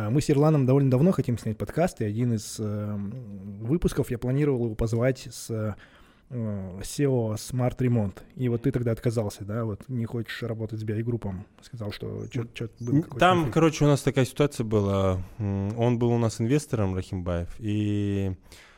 Мы с Ирланом довольно давно хотим снять подкаст, и один из выпусков я планировал его позвать с SEO Smart Remont. И вот ты тогда отказался, да? Вот не хочешь работать с BI-группом. Сказал, что что-то было какой-то Там, конфликт. короче, у нас такая ситуация была. Он был у нас инвестором, Рахимбаев, и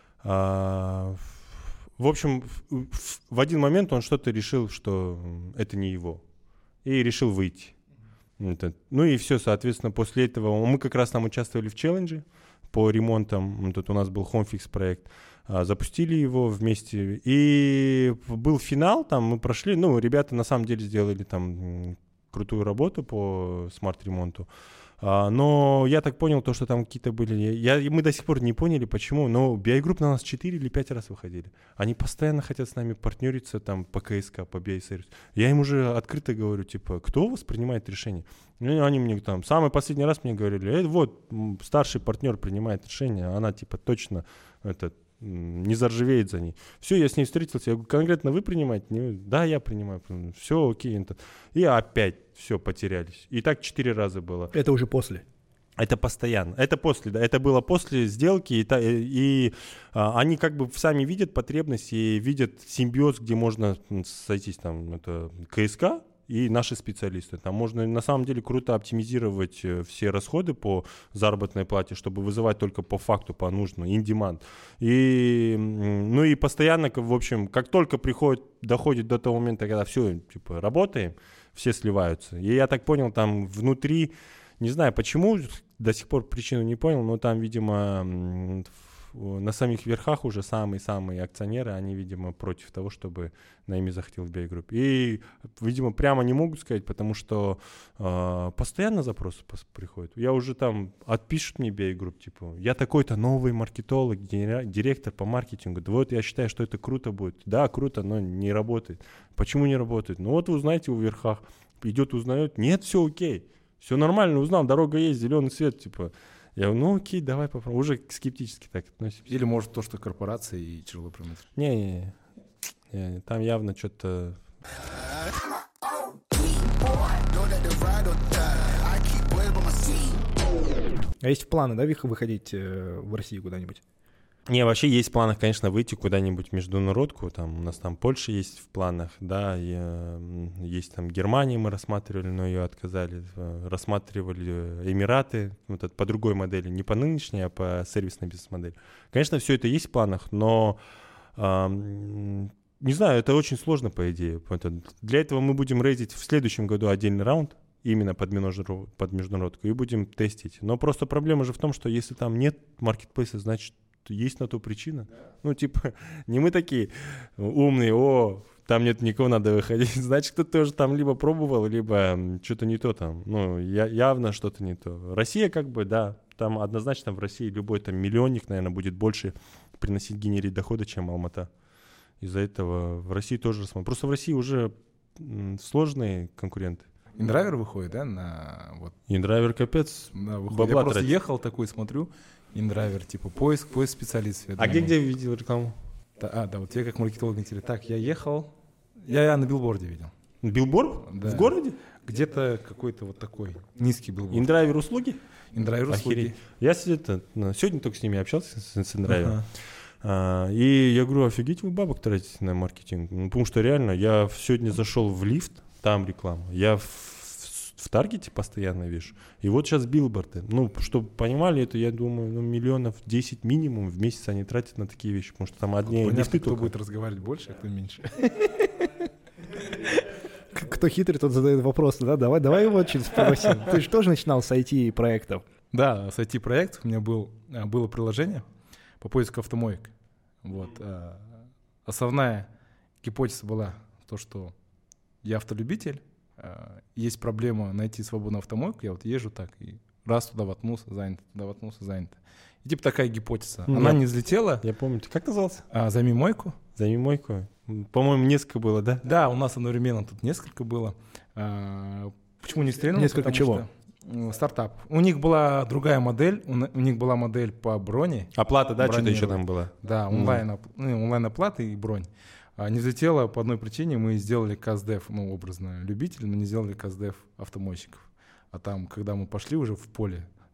в общем, в один момент он что-то решил, что это не его, и решил выйти. Ну и все, соответственно, после этого мы как раз там участвовали в челлендже по ремонтам. Тут у нас был HomeFix проект. Запустили его вместе. И был финал, там мы прошли. Ну, ребята на самом деле сделали там крутую работу по смарт-ремонту. Но я так понял, то, что там какие-то были... Мы до сих пор не поняли, почему, но BI Group на нас 4 или 5 раз выходили. Они постоянно хотят с нами партнериться там по КСК, по BI сервис. Я им уже открыто говорю, типа, кто у вас принимает решение? Ну, они мне там, самый последний раз мне говорили, вот, старший партнер принимает решение, она типа точно не заржавеет за ней. Все, я с ней встретился, я говорю, конкретно вы принимаете? Да, я принимаю. Все, окей. И опять все, потерялись. И так 4 раза было. Это уже после? Это постоянно. Это после, да. Это было после сделки. И они как бы сами видят потребность и видят симбиоз, где можно сойтись там, это КСК, и наши специалисты. Там можно на самом деле круто оптимизировать все расходы по заработной плате, чтобы вызывать только по факту, по нужному, in-demand. Ну и постоянно, в общем, как только доходит до того момента, когда все, типа, работаем, все сливаются. И я так понял, там внутри, не знаю почему, до сих пор причину не понял, но там, видимо, на самих верхах уже самые-самые акционеры, они, видимо, против того, чтобы на ими захотел в BI Group. И, видимо, прямо не могут сказать, потому что постоянно запросы приходят. Я уже там, отпишут мне BI Group, типа, я такой-то новый маркетолог, директор по маркетингу. Да вот я считаю, что это круто будет. Да, круто, но не работает. Почему не работает? Ну вот вы узнаете у верхах. Идет, узнает. Нет, все окей. Все нормально, узнал, дорога есть, зеленый свет, типа. Я говорю, ну окей, давай попробуем. Уже скептически так относимся. Или может то, что корпорации и тяжело промышленность? Не, там явно что-то... А есть планы, да, выходить в Россию куда-нибудь? Не, вообще есть в планах, конечно, выйти куда-нибудь в международку. Там, у нас там Польша есть в планах, да, есть там Германия мы рассматривали, но ее отказали. Рассматривали Эмираты, вот это по другой модели, не по нынешней, а по сервисной бизнес-модели. Конечно, все это есть в планах, но не знаю, это очень сложно, по идее. Для этого мы будем рейзить в следующем году отдельный раунд, именно под международку, и будем тестить. Но просто проблема же в том, что если там нет маркетплейса, значит, есть на то причина. Ну, типа, не мы такие умные, там нет никого, надо выходить. Значит, кто-то тоже там либо пробовал, либо что-то не то там. Ну, явно что-то не то. Россия как бы, да, там однозначно в России любой там миллионник, наверное, будет больше приносить, генерить дохода, чем Алмата. Из-за этого в России тоже рассматривают. Просто в России уже сложные конкуренты. Индрайвер выходит, да? Индрайвер капец. Да, выходит. Я просто ехал такой, смотрю, индрайвер, типа поиск специалистов. Где видел рекламу? Да, вот тебе как маркетолог интересно. Так, я ехал, я на билборде видел. Билборд? Да. В городе? Где-то какой-то вот такой низкий билборд. Индрайвер услуги? Индрайвер услуги. Я сегодня только с ними общался, с индрайвером. И я говорю, офигеть вы бабок тратите на маркетинг. Ну, потому что реально, я сегодня зашел в лифт, там реклама. Я в Таргете постоянно вижу. И вот сейчас билборды. Ну, чтобы понимали это, я думаю, 10 миллионов минимум в месяц они тратят на такие вещи. Потому что там одни лифты кто только. будет разговаривать больше, а кто меньше. Кто хитрый, тот задает вопросы, да? Давай его чуть спросим. Ты же тоже начинал с IT-проектов. Да, с IT-проектов у меня было приложение по поиску автомоек. Вот. Основная гипотеза была то, что я автолюбитель, есть проблема найти свободную автомойку, я вот езжу так, и раз туда воткнулся, занято, туда воткнулся, занято. И типа такая гипотеза. Она не взлетела. Я помню. Ты как назывался? Займи мойку. Займи мойку. По-моему, несколько было, да? Да, у нас одновременно тут несколько было. Почему не стрельнуло? Несколько чего? Стартап. У них была другая модель, у них была модель по броне. Оплата, да, что-то еще там было? Да, онлайн-оплата и бронь. Не взлетело по одной причине, мы сделали КАЗДЕФ, образно, любитель, но не сделали КАЗДЕФ автомойщиков. А там, когда мы пошли уже в поле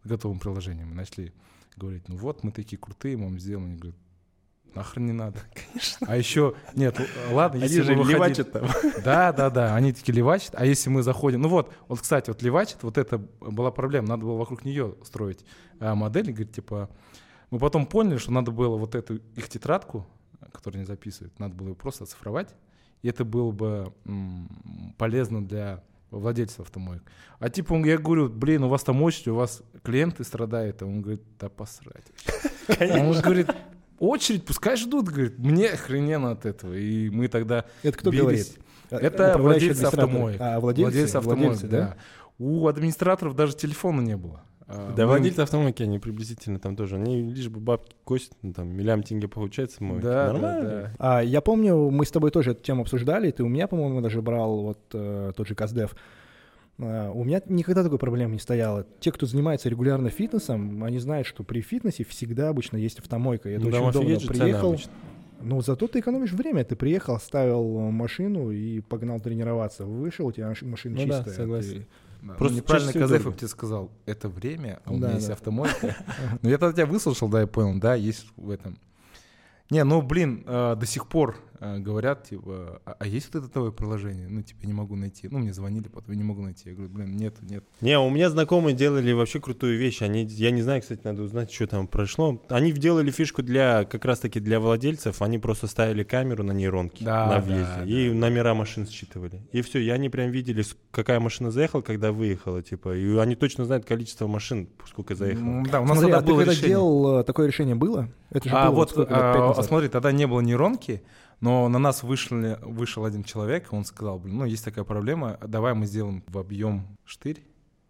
готовым приложением. Мы начали говорить, ну вот, мы такие крутые, мы вам сделаем. Они говорят, нахрен не надо. Конечно. А еще, нет, ладно, Они если же мы левачат там. Да, они такие левачат. А если мы заходим... Ну вот, кстати, вот левачат, вот это была проблема. Надо было вокруг нее строить модель. Говорит, типа... Мы потом поняли, что надо было вот эту их тетрадку, которую они записывают, надо было ее просто оцифровать. И это было бы полезно для владельцев автомоек. А типа, я говорю, блин, у вас там очередь, у вас клиенты страдают. А он говорит, да посрать. Он говорит... Очередь, пускай ждут, говорит, мне охрененно от этого. И мы тогда Это кто бились. говорит? Это владельцы автомоек. Владельцы автомоек, да? да. У администраторов даже телефона не было. Да, владельцы автомойки, они приблизительно там тоже. Они лишь бы бабки косят, ну, там, миллион тенге получается. Да, нормально. да. Я помню, мы с тобой тоже эту тему обсуждали, ты у меня, по-моему, даже брал вот тот же Каздев. У меня никогда такой проблемы не стояло. Те, кто занимается регулярно фитнесом, они знают, что при фитнесе всегда обычно есть автомойка. И это очень удобно. Приехал, ну зато ты экономишь время. Ты приехал, ставил машину и погнал тренироваться. Вышел, у тебя машина чистая. Да, согласен. Да. Просто неправильно Каздев удобно. тебе сказал, это время, а у меня есть автомойка. Но я тогда тебя выслушал, да, я понял, да, есть в этом. Не, ну, блин, до сих пор говорят, типа, а есть вот это твое приложение? Ну, типа, не могу найти. Ну, мне звонили, потом я не могу найти. Я говорю, блин, нет. Не, у меня знакомые делали вообще крутую вещь. Я не знаю, кстати, надо узнать, что там прошло. Они делали фишку как раз-таки для владельцев. Они просто ставили камеру на нейронке на въезде. И номера машин считывали. И все, и они прям видели, какая машина заехала, когда выехала, типа. И они точно знают количество машин, сколько заехало. Да, у нас Смотри, тогда а ты было когда решение. делал, такое решение было? Это же было Вот, сколько лет, 5 назад? смотри, тогда не было нейронки, но на нас вышел один человек, он сказал, блин, ну, есть такая проблема, давай мы сделаем в объем штырь,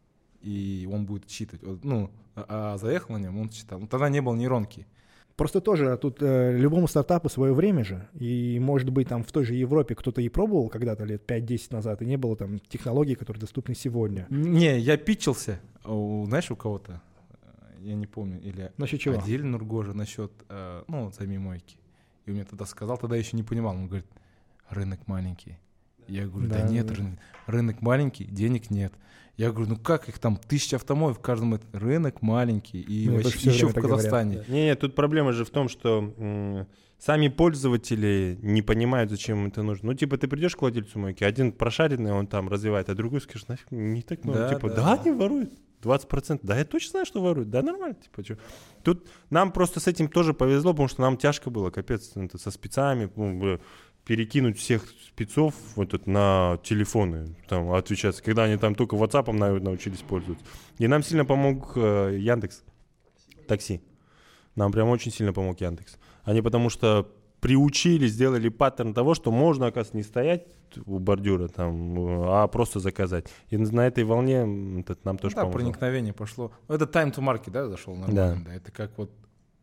и он будет считать. Ну, заехал на нем, он считал. Ну, тогда не было нейронки. Просто тоже тут любому стартапу свое время же, и, может быть, там в той же Европе кто-то и пробовал когда-то лет 5-10 назад, и не было там технологий, которые доступны сегодня. Не, я питчился, знаешь, у кого-то, я не помню, или Насчет чего? Адель Нургожа, насчет, ну, займи мойки. И он мне тогда сказал, тогда еще не понимал, он говорит, рынок маленький. Я говорю, да нет, рынок маленький, денег нет. Я говорю, ну как их там, 1000 автомоев в каждом, рынок маленький, и вообще, еще в Казахстане. Нет, тут проблема же в том, что сами пользователи не понимают, зачем им это нужно. Ну, типа, ты придешь к владельцу мойки, один прошаренный, он там развивает, а другой скажешь, нафиг, не так много. Типа, да, они воруют. 20%. Да, я точно знаю, что воруют. Да, нормально. Типа, что? Тут нам просто с этим тоже повезло, потому что нам тяжко было, капец, со спецами, перекинуть всех спецов на телефоны, там, отвечаться, когда они там только WhatsApp научились пользоваться. И нам сильно помог Яндекс Такси. Нам прям очень сильно помог Яндекс. Они потому что приучили, сделали паттерн того, что можно, оказывается, не стоять у бордюра, там, а просто заказать. И на этой волне нам тоже помогло. Проникновение пошло. Это time to market, да, зашел нормально. Да. Это как вот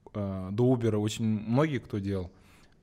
до Uber очень многие кто делал,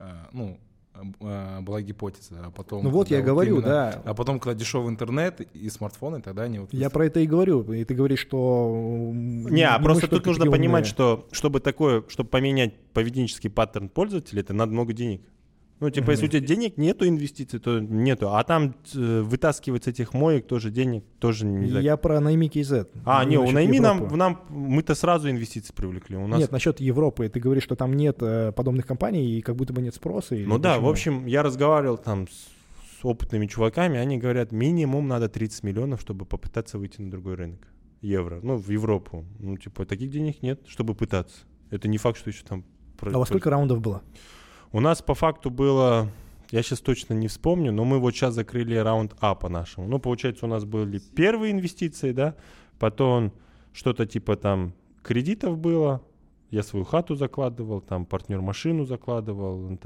была гипотеза, а потом... Ну вот я говорю, да. А потом, когда дешевый интернет и смартфоны, тогда они... Вот я про это и говорю, и ты говоришь, что... просто тут нужно понимать, что чтобы поменять поведенческий паттерн пользователя, это надо много денег. Ну, типа, если у тебя денег нету инвестиций, то нету. А там вытаскивать с этих моек тоже денег тоже нельзя. Я про Найми KZ. У Найми мы-то сразу инвестиции привлекли. Нет, насчет Европы. Ты говоришь, что там нет подобных компаний и как будто бы нет спроса. Ну да, в общем, я разговаривал там с опытными чуваками, они говорят, минимум надо 30 миллионов, чтобы попытаться выйти на другой рынок. Евро. Ну, в Европу. Ну, типа, таких денег нет, чтобы пытаться. Это не факт, что еще там... А во сколько раундов было? У нас по факту было, я сейчас точно не вспомню, но мы вот сейчас закрыли раунд А по-нашему. Ну, получается, у нас были первые инвестиции, да, потом что-то типа там кредитов было, я свою хату закладывал, там партнер машину закладывал,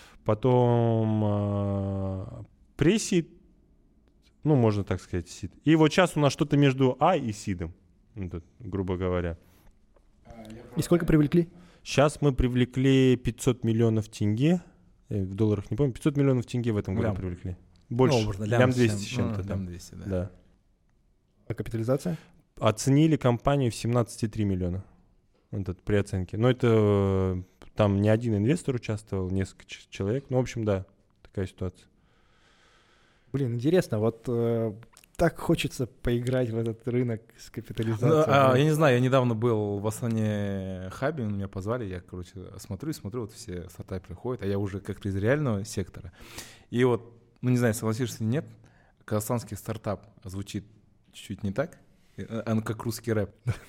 потом пресид, ну, можно так сказать, сид. И вот сейчас у нас что-то между А и сидом, грубо говоря. И сколько привлекли? Сейчас мы привлекли 500 миллионов тенге, в долларах не помню, 500 миллионов тенге в этом году привлекли. Больше, лям 200 с чем-то. Лям 200, да. А капитализация? Оценили компанию в 17,3 миллиона при оценке. Но это там не один инвестор участвовал, несколько человек. Ну, в общем, да, такая ситуация. Блин, интересно, вот так хочется поиграть в этот рынок с капитализацией. Я не знаю, я недавно был в Астане Хабе, меня позвали, я, смотрю, вот все стартаперы ходят, а я уже как-то из реального сектора. И вот, не знаю, согласишься или нет, казахстанский стартап звучит чуть-чуть не так, как русский рэп.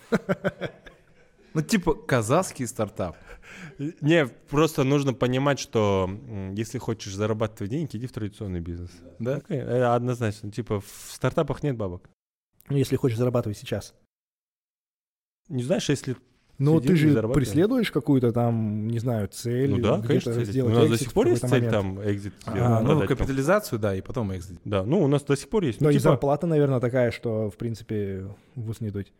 Типа казахский стартап. Не, просто нужно понимать, что если хочешь зарабатывать деньги, иди в традиционный бизнес. Да? Однозначно. Типа в стартапах нет бабок. Если хочешь зарабатывать сейчас. Не знаешь, если... Ты же преследуешь какую-то там, не знаю, цель. Да, конечно, цель. У нас до сих пор есть цель там экзит. Капитализацию, да, и потом экзит. Да, у нас до сих пор есть. Но и зарплата, наверное, такая, что, в принципе, в ВУЗ не дуть.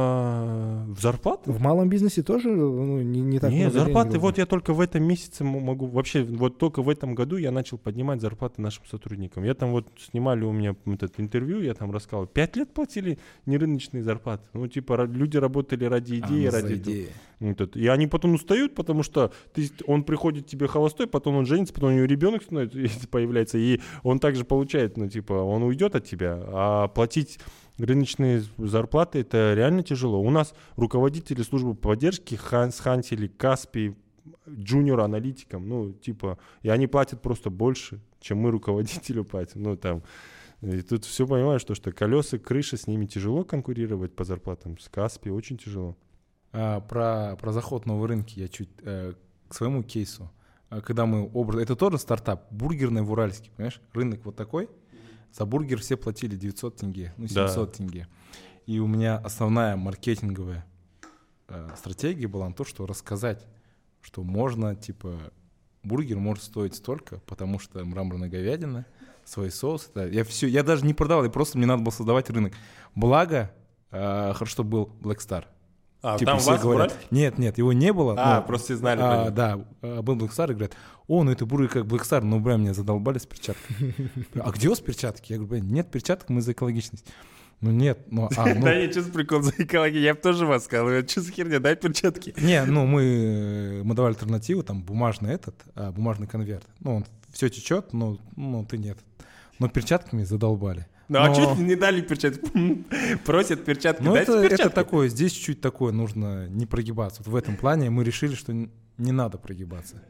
В зарплаты? В малом бизнесе тоже не так много. Нет, зарплаты, вот я только в этом месяце могу, вообще, вот только в этом году я начал поднимать зарплаты нашим сотрудникам. Я там вот снимали у меня это интервью, я там рассказывал, 5 лет платили нерыночные зарплаты. Люди работали ради идеи, ради идеи. И они потом устают, потому что он приходит тебе холостой, потом он женится, потом у него ребенок появляется, и он также получает, он уйдет от тебя, а платить рыночные зарплаты — это реально тяжело. У нас руководители службы поддержки схантили Каспий джуниор-аналитикам, и они платят просто больше, чем мы руководителю платим. И тут все понимаешь, что колеса, крыша, с ними тяжело конкурировать по зарплатам. С Каспий очень тяжело. Про заход в новые рынки я чуть к своему кейсу. Когда это тоже стартап, бургерный в Уральске, понимаешь? Рынок вот такой. За бургер все платили 900 тенге, 700 тенге. И у меня основная маркетинговая стратегия была на то, что рассказать, что можно, бургер может стоить столько, потому что мраморная говядина, свой соус. Я даже не продавал, просто мне надо было создавать рынок. Благо, хорошо был Black Star. Там вас говорят? Нет, его не было. Просто все знали. Да, был Black Star и говорят, это бургер как Black Star, меня задолбали с перчатками. А где у вас перчатки? Я говорю, нет перчаток, мы за экологичность. Нет, Да нет, что за прикол за экологию? Я бы тоже вас сказал, что за херня, дай перчатки. Не, мы давали альтернативу, там бумажный конверт. Он все течет, но ты нет. Но перчатками задолбали. А что не дали перчатки? Просят перчатки, дайте перчатки. Это такое, здесь чуть-чуть такое, нужно не прогибаться. Вот в этом плане мы решили, что не надо прогибаться.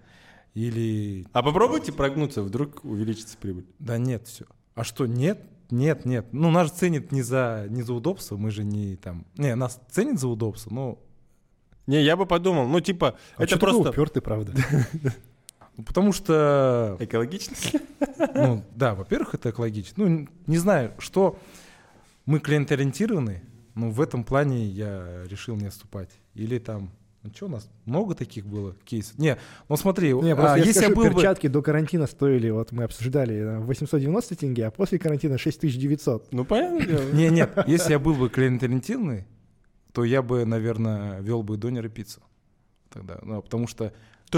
А попробуйте прогнуться, вдруг увеличится прибыль. Да нет, все. А что, нет? Нет. Нас ценят не за удобство, мы же не там... Не, нас ценят за удобство, но... Не, я бы подумал, это просто... упертый, правда. Потому что... Экологичность? Да, во-первых, это экологично. Не знаю, что мы клиентоориентированы, но в этом плане я решил не отступать. Или там... у нас много таких было кейсов? Смотри, если перчатки до карантина стоили, мы обсуждали, 890 тенге, а после карантина 6900. Понятно. Нет, если я был бы клиентоориентированный, то я бы, наверное, вел бы донер и пиццу. Тогда, потому что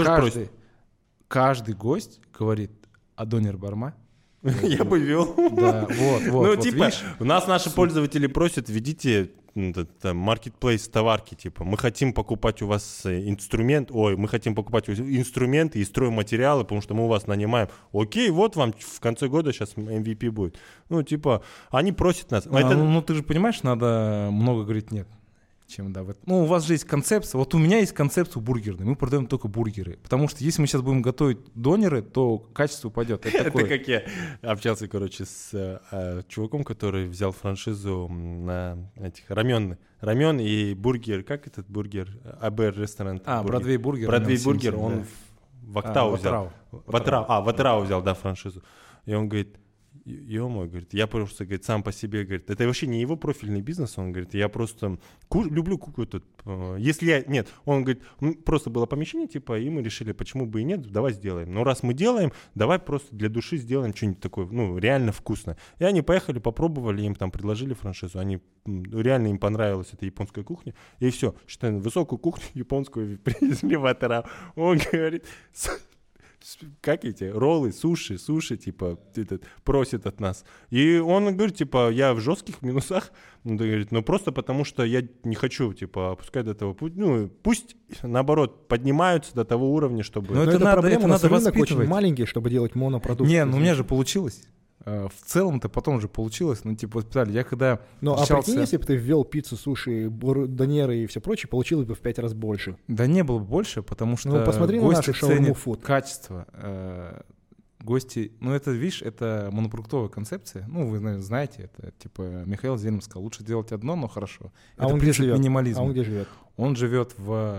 каждый гость говорит, а донер барма? Я бы вел. Да, вот. У нас наши пользователи просят, введите маркетплейс товарки, мы хотим покупать у вас мы хотим покупать инструменты и стройматериалы, потому что мы у вас нанимаем. Окей, вот вам в конце года сейчас MVP будет. Они просят нас. Ты же понимаешь, надо много говорить нет. У вас же есть концепция. Вот у меня есть концепция бургерная. Мы продаем только бургеры. Потому что если мы сейчас будем готовить донеры, то качество упадет. Это как я общался, с чуваком, который взял франшизу на этих рамен и бургер. Как этот бургер? АБ ресторан. Бродвей бургер. Бродвей бургер. Он в Актау взял. В Атрау взял, франшизу. И он говорит, говорит, я просто, сам по себе, говорит, это вообще не его профильный бизнес, он говорит, я просто люблю какую-то, он говорит, просто было помещение, и мы решили, почему бы и нет, давай сделаем. Но раз мы делаем, давай просто для души сделаем что-нибудь такое, реально вкусное. И они поехали, попробовали, им там предложили франшизу, реально им понравилась эта японская кухня, и все, считаем, высокую кухню японскую привезли в Атарау. Он говорит, как роллы, суши, просит от нас. И он говорит, я в жестких минусах, говорит, просто потому что я не хочу, опускать до этого путь. Пусть, наоборот, поднимаются до того уровня, чтобы... Но это проблема, у нас рынок очень маленький, чтобы делать монопродукт. У меня же получилось. В целом-то потом уже получилось, ну, типа, Виталий, я когда Ну, а встречался... прикинь, если бы ты ввел пиццу, суши, донеры и все прочее, получилось бы в 5 раз больше. Да не было бы больше, потому что Ну, посмотри на гости нашу шаурму ценят фуд. качество. Гости, ну, это, видишь, это монопродуктовая концепция. Ну, вы, наверное, знаете, это, типа, Михаил Зельман сказал, лучше делать одно, но хорошо. А Это он где принцип живет? минимализма. А он где живет? Он живет в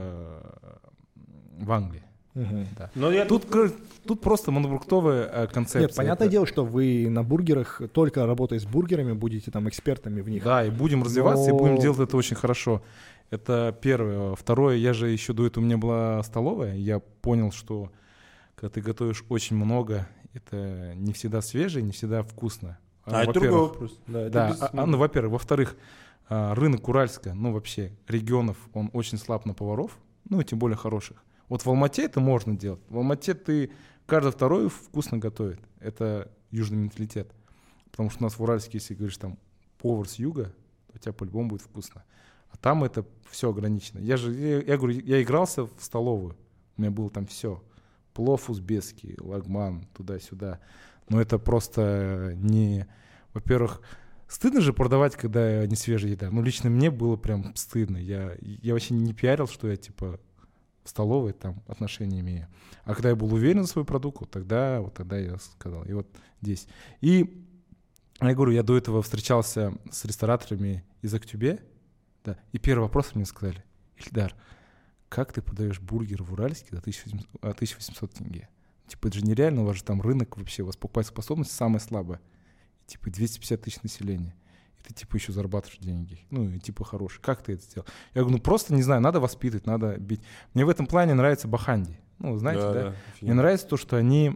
Англии. Угу. Да. Но я Тут просто монопродуктовая концепция. Нет, понятное Это- дело, что вы на бургерах, только работая с бургерами, будете там экспертами в них. Да, и будем развиваться, и Но- будем делать это очень хорошо. Это первое. Второе, я же еще до этого у меня была столовая, я понял, что когда ты готовишь очень много, это не всегда свеже, не всегда вкусно. это другой Во-первых, вопрос. Да, это Да, без- ну, во-первых. Во-вторых, рынок Уральска, ну, вообще, регионов, он очень слаб на поваров, ну, и тем более хороших. Вот в Алмате это можно делать. В Алмате каждый второй вкусно готовит. Это южный менталитет. Потому что у нас в Уральске, если говоришь там повар с юга, то у тебя по-любому будет вкусно. А там это все ограничено. Я говорю, я игрался в столовую. У меня было там все. Плов узбекский, лагман, туда-сюда. Но это просто не... Во-первых, стыдно же продавать, когда не свежая еда. Ну, лично мне было прям стыдно. Я вообще не пиарил, что я, типа, в столовой там отношения имею. А когда я был уверен в свой продукт, вот тогда я сказал. И вот здесь. И я говорю, я до этого встречался с рестораторами из Актюбе, да, и первый вопрос мне сказали: Ильдар, как ты продаешь бургер в Уральске за 1800 тенге? Типа, это же нереально, у вас же там рынок вообще, у вас покупательная способность самая слабая. И, типа, 250 тысяч населения. И ты, типа, еще зарабатываешь деньги. Ну, и, типа, хороший. Как ты это сделал? Я говорю, ну, просто, не знаю, надо воспитывать, надо бить. Мне в этом плане нравится Баханди. Ну, знаете, да? Мне нравится то, что они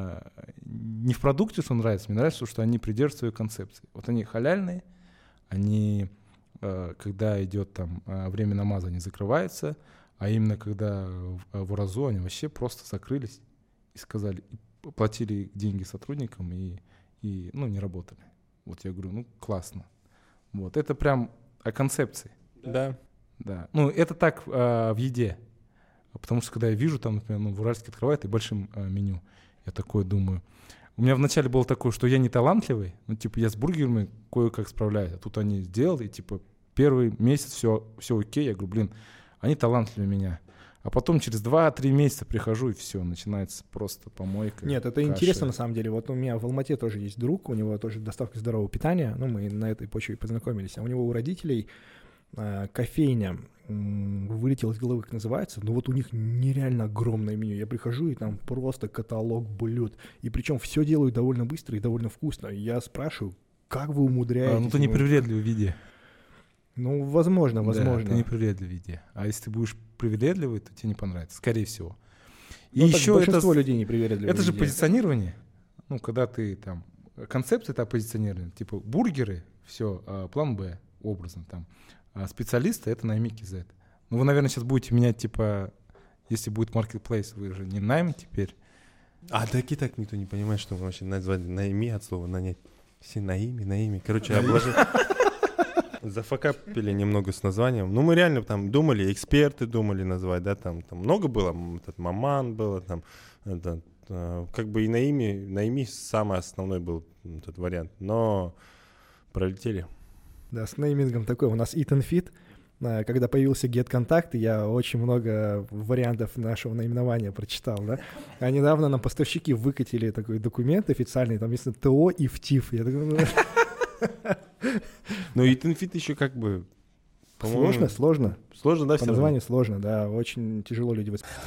не в продукте, что нравится, мне нравится то, что они придерживаются своей концепции. Вот они халяльные, они, когда идет там время намаза, они закрываются, а именно когда в Уразу они вообще просто закрылись и сказали, и платили деньги сотрудникам и ну, не работали. Вот я говорю, ну, классно. Вот, это прям о концепции. Да. Да. Ну, это так в еде. Потому что когда я вижу, там, например, ну, в Уральске открывают и большим меню, я такое думаю. У меня вначале было такое, что я не талантливый, ну, типа, я с бургерами кое-как справляюсь. А тут они сделали, и, типа, первый месяц все окей. Я говорю, блин, они талантливее меня. А потом через 2-3 месяца прихожу, и все, начинается просто помойка. Нет, это каши. интересно на самом деле. Вот у меня в Алмате тоже есть друг, у него тоже доставка здорового питания, ну, мы на этой почве познакомились, а у него у родителей кофейня, вылетел из головы, как называется, но вот у них нереально огромное меню. Я прихожу, и там просто каталог блюд. И причем все делают довольно быстро и довольно вкусно. И я спрашиваю, как вы умудряетесь? Ну, ты не привередливый в виде. Ну, возможно. Да, ты не привередливый в виде. А если ты будешь привередливый, то тебе не понравится, скорее всего. И Ну, так еще большинство людей не привередливы. это же в еде. позиционирование. Ну, когда ты там... Концепция — это позиционирование. Типа бургеры, все, план Б, образно там. А специалисты — это найми KZ. Ну, вы, наверное, сейчас будете менять, типа, если будет marketplace, вы же не найм теперь. А так и так никто не понимает, что мы вообще назвали найми от слова нанять. Все наими. Короче, обложили. Зафакапили немного с названием. Ну, мы реально там думали, эксперты думали назвать, да, там много было, этот Маман было, там, как бы и найми самый основной был этот вариант, но пролетели. Да, с неймингом такой. У нас Eat and Fit. Когда появился GetContact, я очень много вариантов нашего наименования прочитал, да. А недавно нам поставщики выкатили такой документ официальный, там есть ТО и ВТИФ. Я такой, ну, Eat and Fit еще как бы... Сложно. Сложно, да, по названию сложно, да. Очень тяжело люди воспринимают.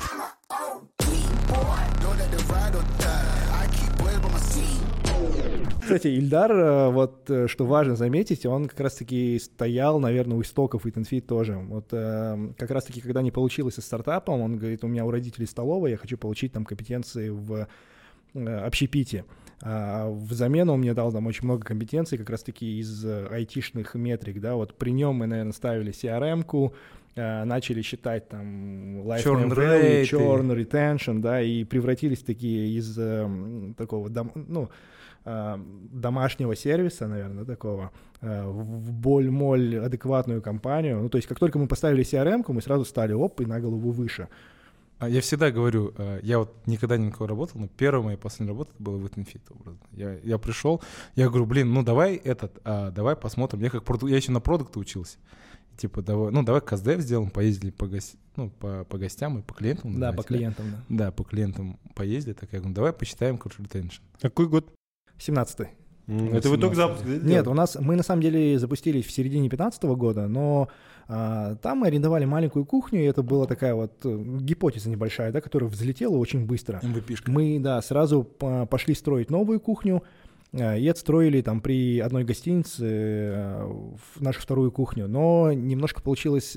Кстати, Ильдар, вот что важно заметить, он как раз-таки стоял, наверное, у истоков Eat and Fit тоже. Вот как раз-таки, когда не получилось со стартапом, он говорит, у меня у родителей столовая, я хочу получить там компетенции в общепите. Взамен он мне дал там очень много компетенций как раз-таки из айтишных метрик, да, вот при нем мы, наверное, ставили CRM-ку, начали считать там lifetime value, churn, retention, да, и превратились такие из такого, домашнего сервиса, наверное, такого, в боль-моль адекватную компанию. Ну, то есть, как только мы поставили CRM-ку, мы сразу стали, и на голову выше. Я всегда говорю, я вот никогда ни на кого работал, но первая моя последняя работа была в Eatinfit. Я пришел, я говорю, блин, давай давай посмотрим. Я еще на продукты учился. Типа, давай КСДФ сделаем, поездили по гостям и по клиентам. Да, по клиентам, да. Да, по клиентам поездили. Так я говорю, давай посчитаем, короче, ретеншн. Какой год? 17-й. Это вы только запуск? Нет, мы на самом деле запустились в середине 2015 года, но там мы арендовали маленькую кухню, и это была такая вот гипотеза небольшая, да, которая взлетела очень быстро. MVP-шка. Мы, сразу пошли строить новую кухню, и отстроили там при одной гостинице нашу вторую кухню, но немножко получилось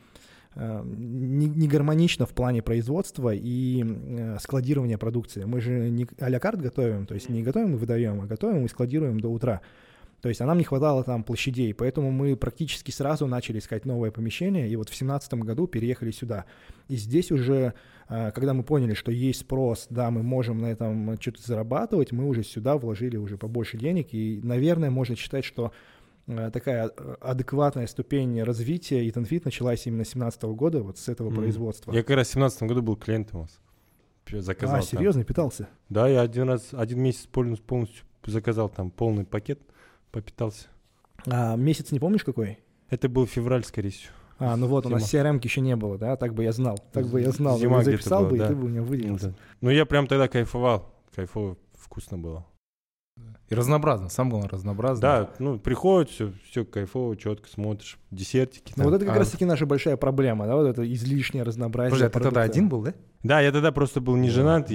не гармонично в плане производства и складирования продукции. Мы же не а-ля карт готовим, то есть не готовим и выдаем, а готовим и складируем до утра. То есть нам не хватало там площадей, поэтому мы практически сразу начали искать новое помещение, и вот в 2017 году переехали сюда. И здесь уже, когда мы поняли, что есть спрос, да, мы можем на этом что-то зарабатывать, мы уже сюда вложили уже побольше денег, и, наверное, можно считать, что такая адекватная ступень развития Eatinfit началась именно с 2017 года, вот с этого производства. Я как раз в 2017 году был клиентом у вас. Заказал серьезно, питался? Да, я один месяц полностью заказал там полный пакет, попитался. А месяц не помнишь какой? Это был февраль, скорее всего. Ну вот, у нас CRM-ки еще не было, да? Так бы я знал. Зима записал была, бы, да. И ты бы у меня выделился. Да. Ну я прям тогда кайфовал. Кайфово, вкусно было. И разнообразно, самое главное, разнообразно. Да, приходит, все кайфово, четко смотришь, десертики. Ну вот это как раз-таки наша большая проблема, да, вот это излишнее разнообразие. Подожди, а ты тогда один был, да? Да, я тогда просто был не женат.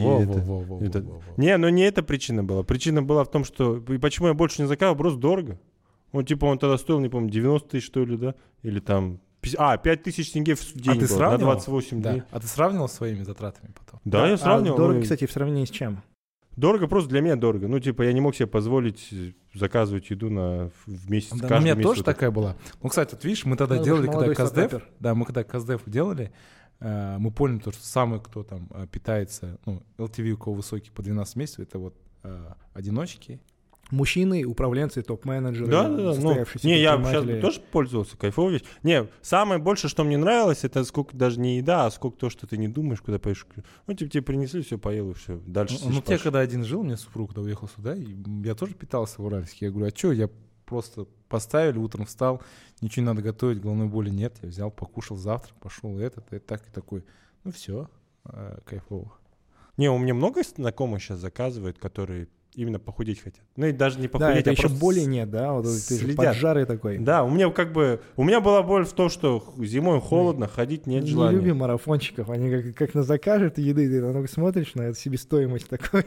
Не, но не эта причина была. Причина была в том, что... Почему я больше не заказывал? Просто дорого. Он тогда стоил, не помню, 90 тысяч, что ли, да? Или там... 5 тысяч тенге в день был, на 28 дней. А ты сравнивал своими затратами потом? Да, я сравнивал. Дорого, кстати, в сравнении с чем? Дорого просто для меня дорого. Я не мог себе позволить заказывать еду в месяц. Да, у меня тоже такая была. Кстати, вот видишь, мы тогда делали, когда КСДФ, мы когда КСДФ делали, мы поняли то, что самый, кто там питается, LTV у кого высокий по 12 месяцев, это вот одиночки. Мужчины, управленцы, топ-менеджеры, состоявшиеся я сейчас тоже пользовался, кайфовая вещь. Не, самое больше, что мне нравилось, это сколько даже не еда, а сколько то, что ты не думаешь, куда поешь. Тебе принесли, все поел, и все. Дальше я когда один жил, мне супруг, когда уехал сюда, и я тоже питался в Уральске. Я говорю, а что, я просто поставили, утром встал, ничего не надо готовить, головной боли нет. Я взял, покушал завтрак, пошел и такой. Все, кайфово. Не, у меня много знакомых сейчас заказывают, которые именно похудеть хотят. И даже не похудеть, да, это еще боли нет, да? Вот ты же поджарый такой. Да, у меня была боль в том, что зимой холодно, ходить нет желания. Не любим марафончиков, они как на закажут еды, ты смотришь на эту себестоимость такой.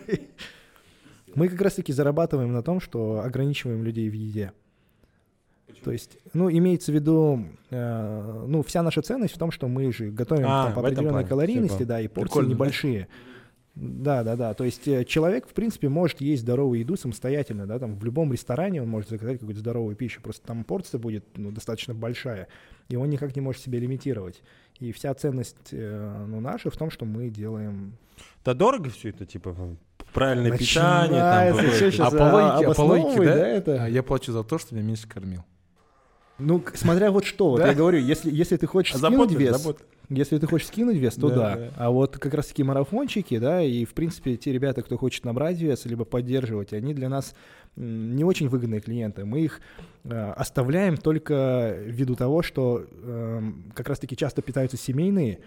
Мы как раз-таки зарабатываем на том, что ограничиваем людей в еде. То есть, имеется в виду, вся наша ценность в том, что мы же готовим по определенной калорийности, да, и порции небольшие. Да. То есть человек, в принципе, может есть здоровую еду самостоятельно, да, там в любом ресторане он может заказать какую-то здоровую пищу, просто там порция будет достаточно большая, и он никак не может себя лимитировать. И вся ценность наша в том, что мы делаем... Да дорого все это, правильное питание. По логике, да, это... Я плачу за то, что меня меньше кормил. Смотря вот что, вот я говорю, если ты хочешь скинуть вес... Если ты хочешь скинуть вес, то да. А вот как раз-таки марафончики, да, и, в принципе, те ребята, кто хочет набрать вес, либо поддерживать, они для нас не очень выгодные клиенты. Мы их оставляем только ввиду того, что как раз-таки часто питаются семейные,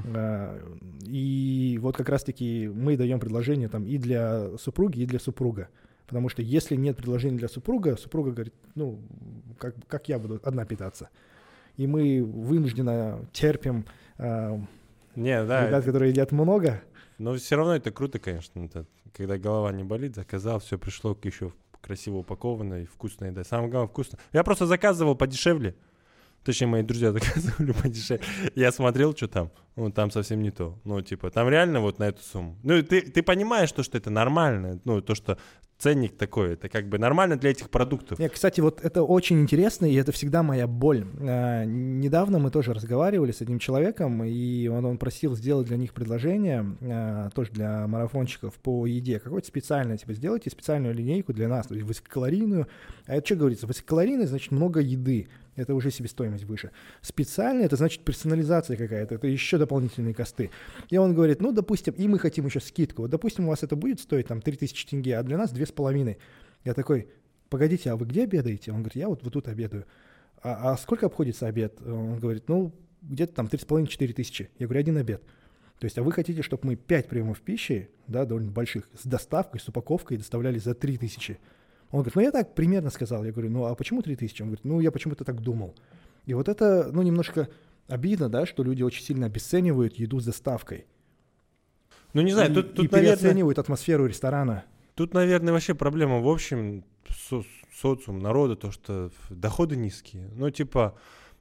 и вот как раз-таки мы даем предложение там и для супруги, и для супруга. Потому что если нет предложения для супруга говорит, как я буду одна питаться? И мы вынужденно терпим ребят, которые едят много. Но все равно это круто, конечно. Когда голова не болит, заказал, все пришло еще красиво упакованно и вкусно еда. Самое главное, вкусно. Я просто заказывал подешевле. Точнее, мои друзья заказывали подешевле. Я смотрел, что там. Там совсем не то. Там реально вот на эту сумму. Ты понимаешь, что это нормально. То, что ценник такой. Это как бы нормально для этих продуктов. Нет, кстати, вот это очень интересно, и это всегда моя боль. Недавно мы тоже разговаривали с одним человеком, и он просил сделать для них предложение, тоже для марафонщиков по еде. Какое-то специальное, типа, сделайте специальную линейку для нас, то есть высококалорийную. А это что говорится? Высококалорийная, значит, много еды. Это уже себестоимость выше. Специально это значит персонализация какая-то, это еще дополнительные косты. И он говорит, ну, допустим, и мы хотим еще скидку. Вот, допустим, у вас это будет стоить там 3000 тенге, а для нас 2500. Я такой, погодите, а вы где обедаете? Он говорит, я вот тут обедаю. А сколько обходится обед? Он говорит, ну, где-то там 3,5-4 тысячи. Я говорю, один обед. То есть, а вы хотите, чтобы мы 5 приемов пищи, да, довольно больших, с доставкой, с упаковкой доставляли за 3000. Он говорит, ну я так примерно сказал. Я говорю, ну а почему 3000? Он говорит, ну я почему-то так думал. И вот это, ну, немножко обидно, да, что люди очень сильно обесценивают еду с доставкой. Ну, не знаю, И тут переоценивают атмосферу ресторана. Тут, наверное, вообще проблема в общем социум, народа, то, что доходы низкие. Ну, типа,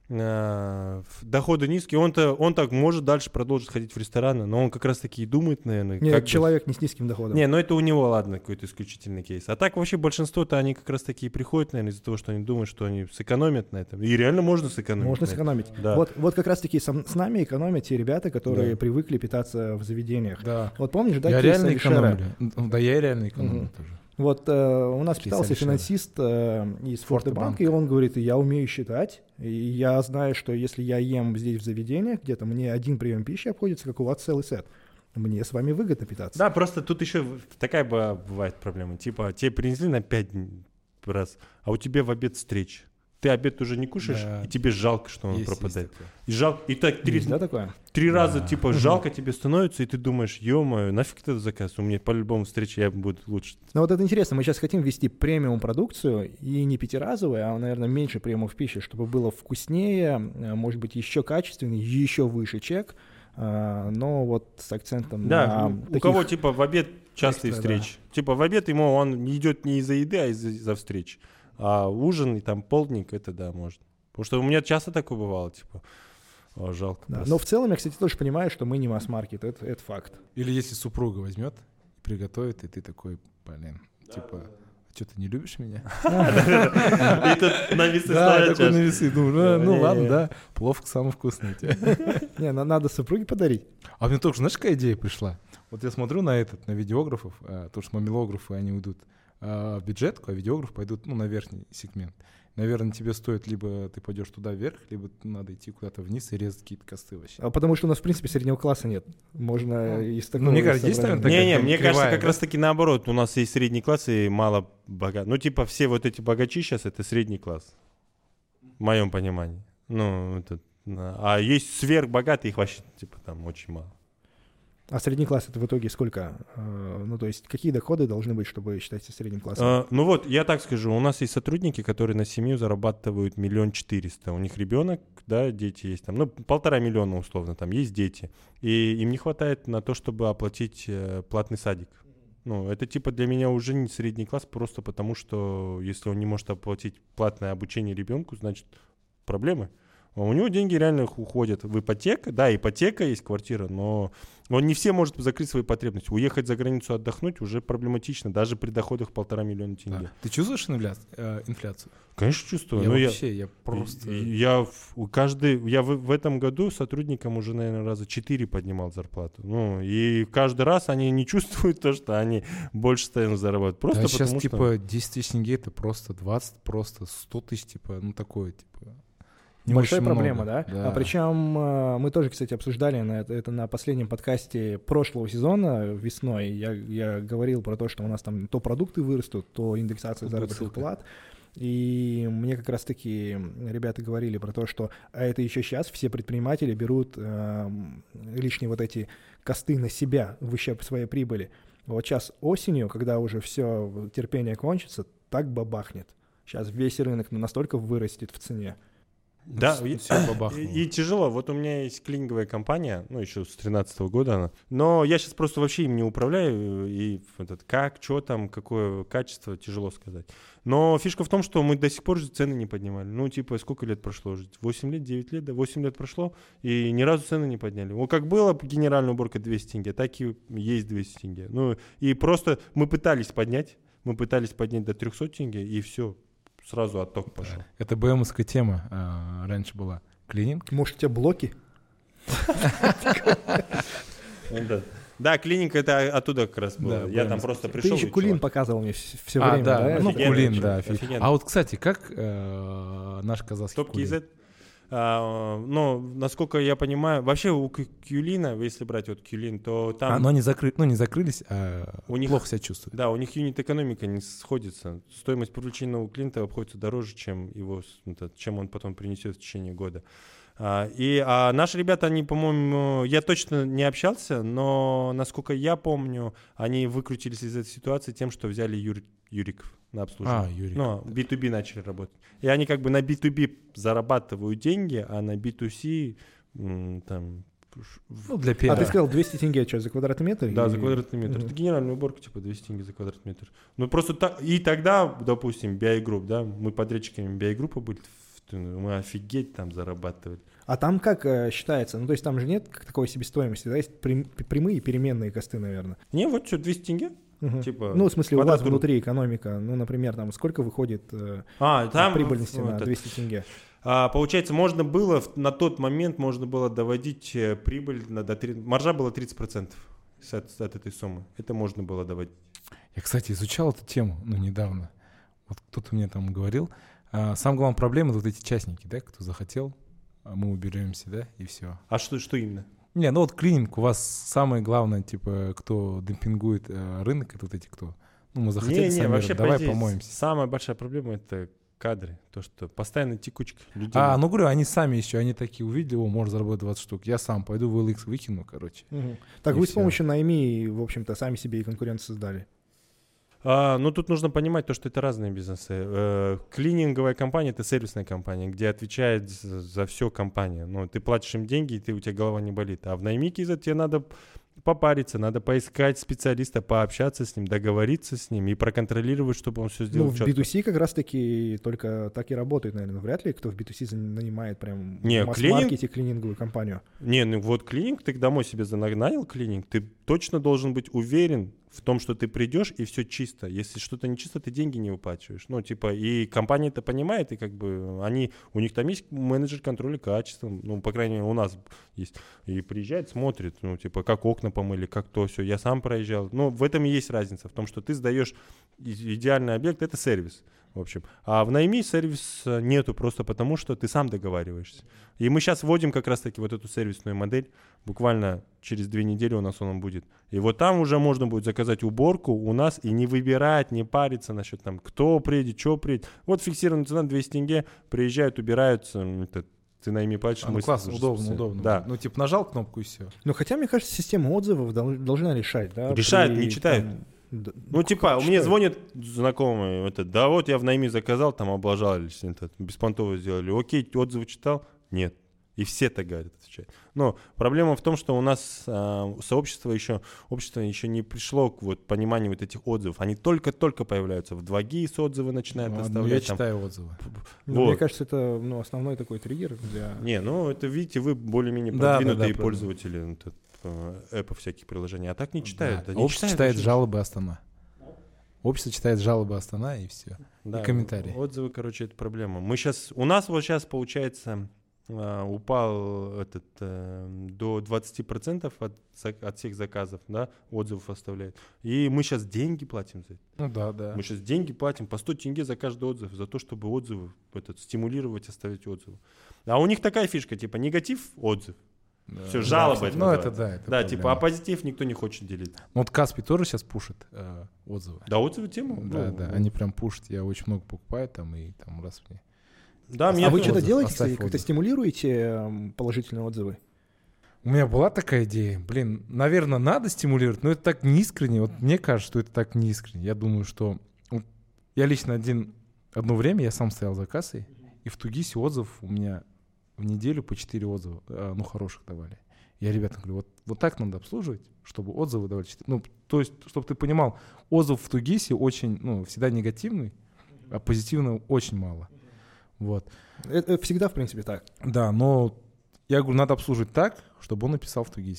доходы низкие, он так может дальше продолжить ходить в рестораны, но он как раз-таки и думает, наверное... Нет, человек не с низким доходом. Не, ну это у него, ладно, какой-то исключительный кейс. А так вообще большинство-то они как раз-таки и приходят, наверное, из-за того, что они думают, что они сэкономят на этом. И реально можно сэкономить. Можно сэкономить. Да. Вот как раз-таки с нами экономят те ребята, которые привыкли питаться в заведениях. Да. Вот помнишь, да, Я кейс реально Алишера? экономлю. Да, я реально экономлю тоже. Вот у нас Кейс питался Алишера. финансист из Форте-банка, Форте-банк. и он говорит, я умею считать, и я знаю, что если я ем здесь в заведениях, где-то мне один прием пищи обходится, как у вас целый сет. Мне с вами выгодно питаться. Да, просто тут еще такая бывает проблема. Типа, тебе принесли на 5 раз, а у тебя в обед встреча. Ты обед уже не кушаешь, Да. и тебе жалко, что он Есть пропадает. такое. И жалко, и так Есть, да, такое? три раза, Да. типа, жалко тебе становится, и ты думаешь, ё-моё, нафиг этот заказ, у меня по-любому встреча, я буду лучше. Но вот это интересно, мы сейчас хотим ввести премиум-продукцию, и не пятиразовую, а, наверное, меньше приемов пищи, чтобы было вкуснее, может быть, еще качественнее, еще выше чек, но вот с акцентом Да, на у таких... кого, типа, в обед частые экстра, да. встречи. Типа, в обед ему он не идет не из-за еды, а из-за встреч. А ужин и там полдник, это да, может. Потому что у меня часто такое бывало, типа, жалко. Да, просто. но в целом я, кстати, тоже понимаю, что мы не масс-маркет, это факт. Или если супруга возьмет, приготовит, и ты такой, блин, типа, что ты не любишь меня? И тут на весы Да, ставят такой на чашку. весы, ну Не-не-не. ладно, да, пловка самый вкусный у тебя. Не, надо супруге подарить. А мне только, знаешь, какая идея пришла? Вот я смотрю на видеографов, то, что мамилографы, они уйдут в бюджетку, а видеографы пойдут, ну, на верхний сегмент. Наверное, тебе стоит, либо ты пойдешь туда вверх, либо надо идти куда-то вниз и резать какие-то косты вообще. Потому что у нас, в принципе, среднего класса нет. Можно из такого... мне кажется, есть, собрать. наверное, Не-не, такая мне кривая, кажется, как да? раз таки наоборот. У нас есть средний класс и мало богат. Ну, типа, все вот эти богачи сейчас это средний класс. В моем понимании. Ну, а есть сверхбогатые, их вообще, типа, там очень мало. А средний класс это в итоге сколько? Ну, то есть какие доходы должны быть, чтобы считать средним классом? Ну вот, я так скажу, у нас есть сотрудники, которые на семью зарабатывают 1 400 000. У них ребенок, да, дети есть там, ну, 1,5 миллиона условно, там есть дети. И им не хватает на то, чтобы оплатить платный садик. Ну, это типа для меня уже не средний класс, просто потому что если он не может оплатить платное обучение ребенку, значит проблемы. У него деньги реально уходят в ипотеку. Да, ипотека есть, квартира, но он не все может закрыть свои потребности. Уехать за границу отдохнуть уже проблематично, даже при доходах 1,5 миллиона тенге. Да. Ты чувствуешь инфляцию? Конечно, чувствую. Я но вообще, я просто... Я в этом году сотрудникам уже, наверное, раза 4 поднимал зарплату. Ну, и каждый раз они не чувствуют то, что они больше стоят зарабатывать. Просто Да, потому сейчас, что... типа, 10 тысяч тенге это просто 20, просто 100 тысяч, типа, ну, такое, типа... не Большая очень проблема, много. да? А причем мы тоже, кстати, обсуждали это на последнем подкасте прошлого сезона весной. Я говорил про то, что у нас там то продукты вырастут, то индексация заработных плат. И мне как раз-таки ребята говорили про то, что это еще сейчас все предприниматели берут лишние вот эти косты на себя в ущерб своей прибыли. Вот сейчас осенью, когда уже все терпение кончится, так бабахнет. Сейчас весь рынок настолько вырастет в цене. Да, Всё бабахнуло. и тяжело. Вот у меня есть клининговая компания, ну, еще с 2013 года она. Но я сейчас просто вообще им не управляю. И как, что там, какое качество, тяжело сказать. Но фишка в том, что мы до сих пор же цены не поднимали. Ну, типа, сколько лет прошло уже? 8 лет, 9 лет, да? 8 лет прошло, и ни разу цены не подняли. Вот как была генеральная уборка 200 тенге, так и есть 200 тенге. Ну, и просто мы пытались поднять. Мы пытались поднять до 300 тенге, и все, сразу отток пошел. Это БМовская тема раньше была. Клининг. Может, у тебя блоки? Да, клининг это оттуда как раз было. Я там просто пришел. Ты еще Кулин показывал мне все время, да? да? Ну, Кулин, да. Офигенно. А вот, кстати, как наш казахский Топ Кулин? KZ. Ну, насколько я понимаю, вообще у Кюлина, если брать вот Кюлин, то там... Но они не закрылись, а У них- плохо себя чувствуют. Да, у них юнит-экономика не сходится. Стоимость привлечения нового клиента обходится дороже, чем чем он потом принесет в течение года. Наши ребята, они, по-моему, я точно не общался, но, насколько я помню, они выкрутились из этой ситуации тем, что взяли юриков на обслуживание. Юрик. Ну, B2B начали работать. И они как бы на B2B зарабатывают деньги, а на B2C там... Ну, для пиара. А ты сказал 200 тенге, что, за квадратный метр? Да, Или- за квадратный метр. Мгм. Это генеральная уборка, типа 200 тенге за квадратный метр. Ну, просто и тогда, допустим, BI Group, да, мы подрядчиками BI Group были, мы офигеть там зарабатывали. А там как считается? Ну, то есть там же нет как такой себестоимости, да? Есть прямые и переменные косты, наверное. Не, вот что, 200 тенге? Мгм. Типа, Ну, в смысле, у вас квадратуру. внутри экономика, ну, например, там сколько выходит Там прибыльности на 200 тенге? Получается, можно было, на тот момент можно было доводить прибыль, маржа была 30% от этой суммы. Это можно было доводить. Я, кстати, изучал эту тему, недавно. Вот кто-то мне там говорил. Самая главная проблема — это вот эти частники, да, кто захотел, мы уберемся, да, и все. А что именно? Не, ну вот клининг у вас самое главное, типа, кто демпингует рынок, это вот эти кто. Ну, мы захотели сами, вообще, по давай идее, помоемся. самая большая проблема — это кадры. То, что постоянно текучка людей. Ну говорю, они сами еще, они такие увидели, можно заработать 20 штук. Я сам пойду в LX выкину, короче. Так И вы с всё. помощью найми, в общем-то, сами себе и конкурент создали. Ну, тут нужно понимать то, что это разные бизнесы. Клининговая компания — это сервисная компания, где отвечает за все компания. Ну, ты платишь им деньги, и у тебя голова не болит. А в наймике тебе надо попариться, надо поискать специалиста, пообщаться с ним, договориться с ним и проконтролировать, чтобы он все Ну, сделал в чётко. B2C как раз-таки только так и работает, наверное. Вряд ли кто в B2C нанимает прям Не, в масс-маркете клининговую компанию. Не, ну вот клининг, ты домой себе нанял клининг, ты точно должен быть уверен в том, что ты придешь и все чисто. Если что-то не чисто, ты деньги не выплачиваешь. Ну, типа, и компания это понимает, и как бы у них там есть менеджер контроля качества, ну, по крайней мере, у нас есть. И приезжает, смотрит, ну, типа, как окна помыли, как то все. Я сам проезжал. Ну, в этом и есть разница, в том, что ты сдаешь идеальный объект, это сервис. В общем, а в найме сервис нету просто потому, что ты сам договариваешься. И мы сейчас вводим как раз-таки вот эту сервисную модель. Буквально через 2 недели у нас он будет. И вот там уже можно будет заказать уборку у нас и не выбирать, не париться насчет там, кто приедет, что приедет. Вот фиксированная цена 200 тенге, приезжают, убираются, ты найми платишь. Ну, классно, удобно. Да. Ну, типа, нажал кнопку и все. Ну, хотя, мне кажется, система отзывов должна решать, да? Решает, не читает. Ну, типа, как мне читают? звонит знакомый, да вот я в найме заказал, там облажались, беспонтово сделали. Окей, отзывы читал? Нет. И все так говорят, отвечают. Но проблема в том, что у нас общество еще не пришло к пониманию вот этих отзывов. Они только-только появляются. В 2GIS отзывы начинают Я оставлять. читаю отзывы. Ну, мне кажется, это основной такой триггер для... Не, это, видите, вы более-менее Да, продвинутые да, пользователи Apple всяких приложений. А так не читают. Да. Они Общество читает жалобы Астана. Общество читает жалобы Астана, и все. Да, и комментарии. Отзывы, короче, это проблема. У нас сейчас получается упал до 20% от всех заказов, да, отзывов оставляют. И мы сейчас деньги платим за это. Ну да. Мы сейчас деньги платим по 100 тенге за каждый отзыв, за то, чтобы отзывы, стимулировать, оставить отзывы. А у них такая фишка, типа негатив, отзыв. Да. Все, жалобы. Ну, называется. это да. Это да, проблема. типа, а позитив никто не хочет делить. Ну, вот Каспий тоже сейчас пушит отзывы. Да, отзывы тему. Да. Они прям пушат. Я очень много покупаю там, и там раз в ней. Да, А мне вы отзыв, что-то делаете, оставь кстати, как-то отзыв. стимулируете положительные отзывы? У меня была такая идея. Блин, наверное, надо стимулировать, но это так неискренне. Вот мне кажется, что это так неискренне. Я думаю, что... Я лично одно время я сам стоял за кассой, и в Тугисе отзыв у меня в неделю по 4 отзыва, хороших давали. Я ребятам говорю, вот так надо обслуживать, чтобы отзывы давали 4. Ну, то есть, чтобы ты понимал, отзыв в Тугисе очень, всегда негативный, а позитивного очень мало. Вот. Это всегда, в принципе, так. Да, но я говорю, надо обслуживать так, чтобы он написал в Тугисе.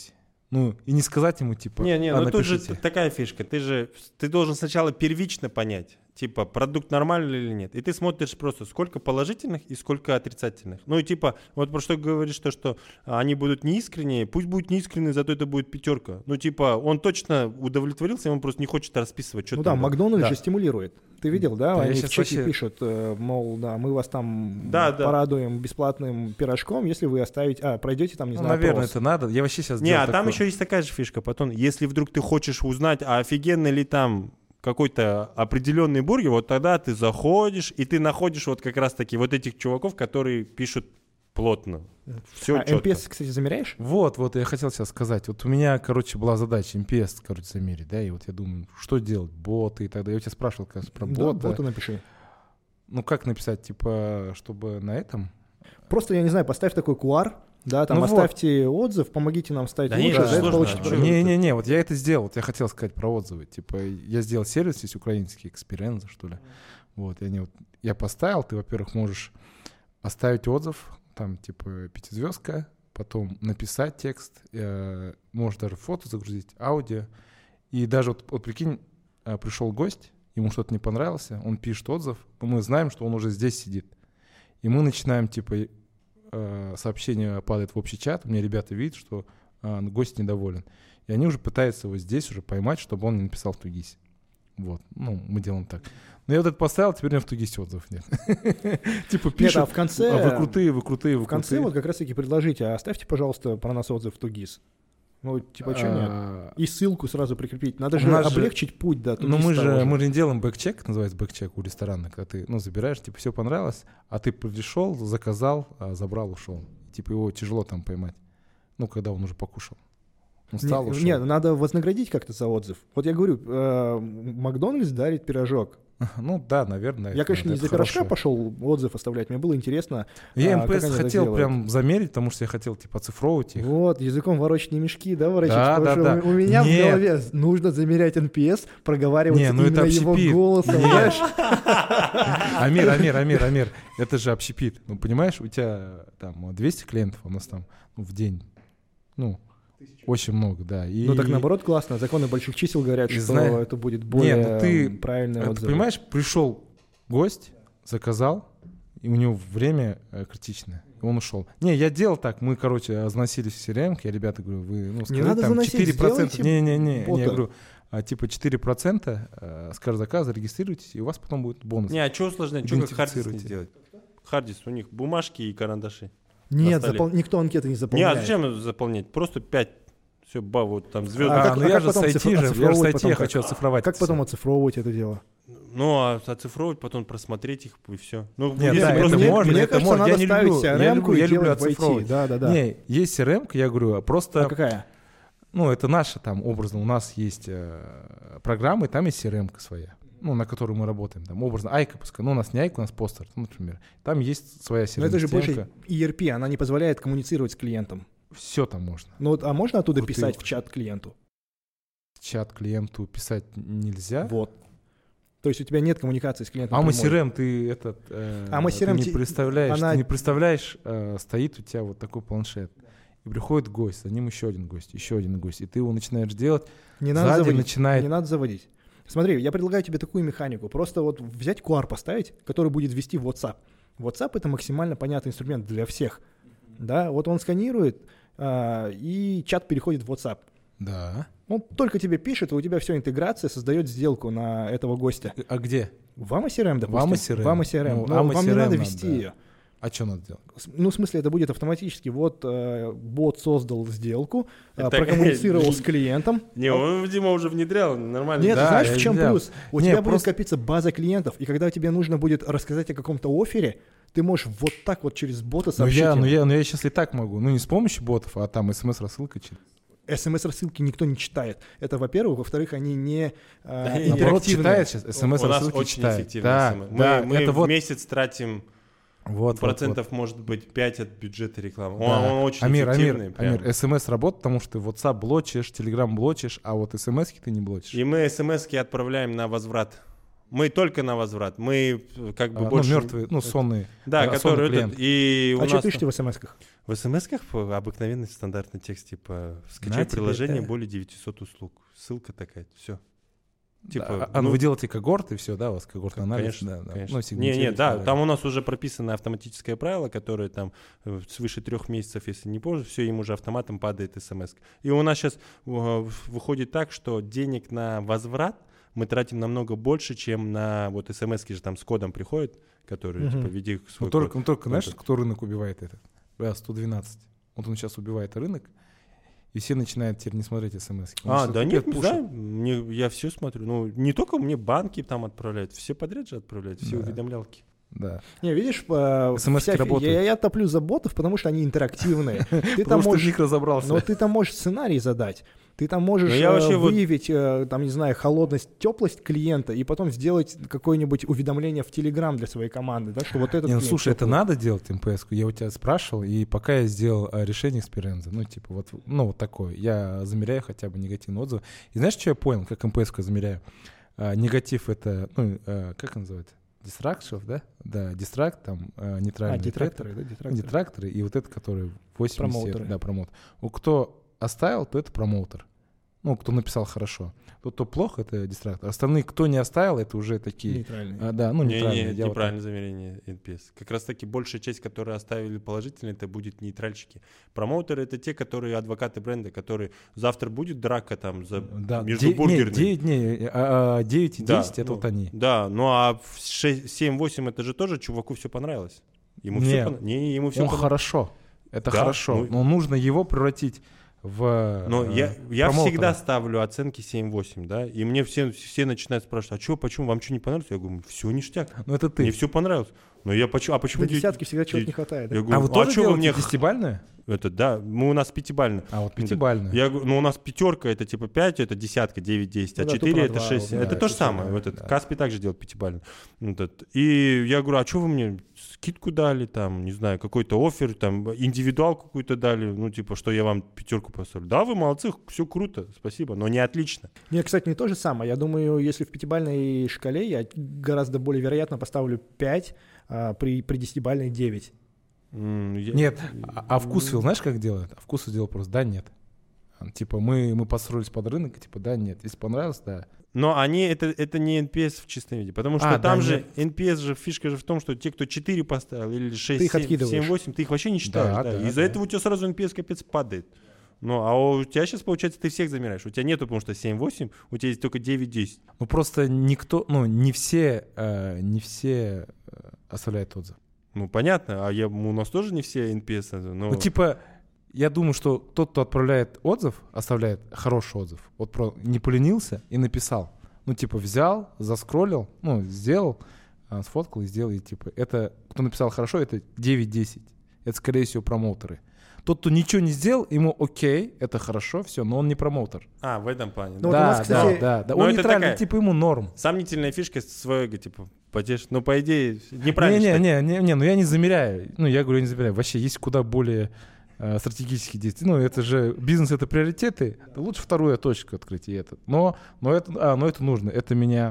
Ну, и не сказать ему, типа, Не, ну тут же напишите. такая фишка. Ты должен сначала первично понять, типа, продукт нормальный или нет. И ты смотришь просто, сколько положительных и сколько отрицательных. Ну и типа, вот про что говоришь, что они будут неискренние, пусть будет неискренний, зато это будет 5. Ну типа, он точно удовлетворился, он просто не хочет расписывать, что Ну там. да, Макдональдс Да. же стимулирует. Ты видел, да? Да, я Они в щас чеке вообще- пишут, мол, да, мы вас там Да. порадуем бесплатным пирожком, если вы пройдете там, не Ну, знаю, наверное, опрос. это надо. Я вообще сейчас Не, а там еще есть такая же фишка. Потом, если вдруг ты хочешь узнать, а офигенный ли там какой-то определенный бургер, вот тогда ты заходишь, и ты находишь вот как раз-таки вот этих чуваков, которые пишут плотно. Все А четко. NPS, кстати, замеряешь? Вот, я хотел сейчас сказать. Вот у меня, короче, была задача NPS, замерить, да, и вот я думаю, что делать, боты и так далее. Я у тебя спрашивал, как раз про Да, бота. бота напиши. Ну, как написать, типа, чтобы на этом? Просто, я не знаю, поставь такой QR, да, там Ну вот. оставьте отзыв, помогите нам стать Да лучше, нет, за это это сложно, получите а чё? продукт. Не-не-не, вот я это сделал. Вот я хотел сказать про отзывы. Типа, я сделал сервис, есть украинский, Experience, что ли. Вот, и они вот, я поставил, ты, во-первых, можешь оставить отзыв, там, типа, 5-звездка, потом написать текст, можешь даже фото загрузить, аудио. И даже вот прикинь, пришел гость, ему что-то не понравилось, он пишет отзыв, мы знаем, что он уже здесь сидит. И мы начинаем, типа, сообщение падает в общий чат, у меня ребята видят, что гость недоволен. И они уже пытаются его здесь уже поймать, чтобы он не написал в Тугисе. Вот, ну, мы делаем так. Но я вот это поставил, теперь у меня в Тугисе отзывов нет. Типа Нет, пишут, а в конце... вы крутые. В конце вот как раз-таки предложите, оставьте, пожалуйста, про нас отзыв в Тугис. Ну, типа, что нет? И ссылку сразу прикрепить. Надо У же нас же- облегчить путь до Ну, Тугиса. мы же не делаем бэкчек, называется бэкчек у ресторана, когда ты, ну, забираешь, типа, все понравилось, а ты пришел, заказал, забрал, ушел. Типа, его тяжело там поймать. Ну, когда он уже покушал. Он встал, ушел. Нет, надо вознаградить как-то за отзыв. Вот я говорю, Макдональдс дарит пирожок. Ну, да, наверное. Я, конечно, не это за пирожка хорошее. пошел отзыв оставлять, мне было интересно. Я как МПС они это хотел делают. прям замерить, потому что я хотел, типа, оцифровывать их. Вот, языком ворочать не мешки, да, ворочать? Да, Потому да, что да. у меня Нет. в голове нужно замерять NPS, проговаривать Не, ну это именно его общепит. голосом, Нет. знаешь? Амир, это же общепит. Ну, понимаешь, у тебя там 200 клиентов, у нас там в день, ну, очень много, да. И... Ну так наоборот классно, законы больших чисел говорят, И что знаю- это будет более ну ты- правильный Ты отзыв. понимаешь, пришел гость, заказал, и у него время критичное, и он ушел. Не, я делал так, мы, короче, разносились в CRM, я ребята говорю, вы, ну, скажите, надо там заносить, 4%, сделайте не, бота. я говорю, типа 4% с каждого заказа регистрируйтесь, и у вас потом будет бонус. Не, а что усложнять? Что как Хардис не Идентифицируйте. сделать? Хардис, у них бумажки и карандаши. Нет, на столе. никто анкеты не Не, а заполняет. зачем заполнять? Просто 5. Все, вот там звезды. А как- ну я же потом с IT же, я же с оцифровывать IT потом, я как- хочу оцифровать. Как это потом всё. оцифровывать это дело? Ну, а оцифровывать, потом просмотреть их, и все. Ну, Нет, если да, просто это мне, можно, мне это кажется, можно. надо Я не ставить люблю, CRM-ку я и люблю делать в IT. оцифровывать. Да. Не, есть CRM, я говорю, А просто, какая? ну, это наша там образно, у нас есть программы, там есть CRM своя, ну, на которой мы работаем, там образно, Айка, пускай, ну, у нас не Айка, у нас постер, ну, например, там есть своя CRM. Но это же больше ERP, она не позволяет коммуницировать с клиентом. Все там можно. Ну, вот, а можно оттуда Крутые писать в опции. чат клиенту? Чат клиенту писать нельзя. Вот. То есть у тебя нет коммуникации с клиентом. А мы прямой. CRM, ты этот, А мы ты CRM, не представляешь, она- ты не представляешь, стоит у тебя вот такой планшет, и приходит гость, за ним еще один гость, и ты его начинаешь делать, Не надо сзади заводить. начинает... Не надо заводить. Смотри, я предлагаю тебе такую механику. Просто вот взять QR поставить, который будет ввести в WhatsApp. WhatsApp — это максимально понятный инструмент для всех. Да, вот он сканирует, и чат переходит в WhatsApp. Да. Он только тебе пишет, и у тебя все, интеграция создает сделку на этого гостя. А где? В AMA CRM, допустим. В AMA CRM. В AMA CRM. Ну, Но AMA вам не CRM надо надо, вести да. ее. А что надо делать? Ну, в смысле, это будет автоматически. Вот бот создал сделку, Это прокоммуницировал не- с клиентом. Не, он, Дима, уже внедрял, нормально. Нет, Да, знаешь, я в чем взял. плюс? У Не, тебя будет просто- копиться база клиентов, и когда тебе нужно будет рассказать о каком-то оффере, ты можешь вот так вот через бота Ну сообщить я, им. я сейчас и так могу. Ну не с помощью ботов, а там смс-рассылка через. СМС-рассылки никто не читает. Это, во-первых. Во-вторых, они не Наоборот, Наоборот, интерактивные. читает сейчас, У нас смс-рассылки очень читает. эффективно. Да, СМС. да, Мы это в вот, месяц тратим вот. процентов, может быть, 5 от бюджета рекламы. Да. Он очень Амир, эффективный. прям. Амир, смс работает, потому что ты WhatsApp блочишь, Telegram блочишь, а вот смс ты не блочишь. И мы смс-ки отправляем на возврат. Мы только на возврат. Мы как бы больше... мертвые, сонные. Да, которые... клиент. И у А что нас пишете в смс-ках? в смс-ках обыкновенный стандартный текст, типа, скачай На тебе, приложение, да. более 900 услуг. Ссылка такая, все. Типа, вы делаете когорты, все, да, у вас когортный анализ? Конечно, Да. конечно. Ну, сегментируете, Да, там у нас уже прописано автоматическое правило, которое там свыше 3 месяцев, если не позже, все, им уже автоматом падает смс. И у нас сейчас выходит так, что денег на возврат мы тратим намного больше, чем на вот смс-ки же там с кодом приходят, которые, типа, введи свой код. Только знаешь, кто рынок убивает этот? 112. Вот он сейчас убивает рынок, и все начинают теперь не смотреть смс. Да нет, не знаю, я все смотрю. Ну, не только мне банки там отправляют, все подряд же отправляют, все уведомлялки. Да. Не, видишь, СМС-ки работают. я топлю за ботов, потому что они интерактивные. Ты Потому там что в можешь, них разобрался. но ты там можешь сценарий задать. Ты там можешь я вообще выявить, там, не знаю, холодность, теплость клиента и потом сделать какое-нибудь уведомление в Телеграм для своей команды, да, что вот этот клиент слушай, это теплый. надо делать МПС-ку? Я у тебя спрашивал, и пока я сделал решение экспириенса, вот такое, я замеряю хотя бы негативный отзыв. И знаешь, что я понял, как МПС-ку замеряю? Негатив — это, как это называется? Дистракшн, да? Да, дистракт, там, нейтральные детракторы, да, детракторы. Детракторы, и вот это, которые 80, Промоутеры. да, промоутер. Кто оставил, то это промоутер. Кто написал хорошо. Тот, кто плохо, это дистрактор. Остальные, кто не оставил, это уже такие... Нейтральные. Нейтральные. Не, неправильное замерение NPS. Как раз таки большая часть, которые оставили положительно, это будет нейтральщики. Промоутеры — это те, которые адвокаты бренда, которые завтра будет драка там между бургерными. 9 и 10 это вот они. Да, а в 7-8 это же тоже чуваку все понравилось. Ему все понравилось. Хорошо. Это да, хорошо. Но нужно его превратить в я всегда ставлю оценки 7-8, да, и мне все начинают спрашивать, почему, вам что не понравилось? Я говорю, все ништяк. Это ты. Мне все понравилось. Но почему... До десятки всегда чего-то не хватает. Я говорю, вы тоже что делаете мне... 10-бальное? Это, да, у нас 5-бальная. Вот 5-бальная. Я говорю, у нас 5 это типа 5, это десятка, 9-10, а 4 это 6. Это то же самое. Каспи также делает 5-бальную. И я говорю, что вы мне скидку дали, там, не знаю, какой-то оффер, там, индивидуал какую-то дали, что я вам 5 поставлю. Да, вы молодцы, все круто, спасибо, но не отлично. Нет, кстати, не то же самое. Я думаю, если в 5-бальной шкале, я гораздо более вероятно поставлю 5, при 10-бальной 9. Нет, а Вкусвилл знаешь, как делает? А Вкусвилл делал просто да, нет. Типа мы построились под рынок, типа да, нет. Если понравилось, да. Но это не NPS в чистом виде, потому что там же NPS же, фишка же в том, что те, кто 4 поставил или 6, 7, 8, ты их вообще не считаешь. Да. Из-за этого у тебя сразу NPS капец падает. А у тебя сейчас, получается, ты всех замираешь. У тебя нету, потому что 7-8, у тебя есть только 9-10. Просто никто, не все оставляют отзыв. Понятно, у нас тоже не все NPS. Но... Я думаю, что тот, кто отправляет отзыв, оставляет хороший отзыв. Вот не поленился и написал. Взял, заскроллил, сделал, сфоткал и сделал. И, это, кто написал хорошо, это 9-10. Это, скорее всего, промоутеры. Тот, кто ничего не сделал, ему окей, это хорошо, все, но он не промоутер. В этом плане. Да. Он нейтральный, ему норм. Сомнительная фишка своего, по идее, неправильно. Не, я не замеряю. Я говорю, я не замеряю. Вообще есть куда более стратегические действия. Это же бизнес, это приоритеты. Лучше вторую точку открыть и этот. Но это нужно. Это меня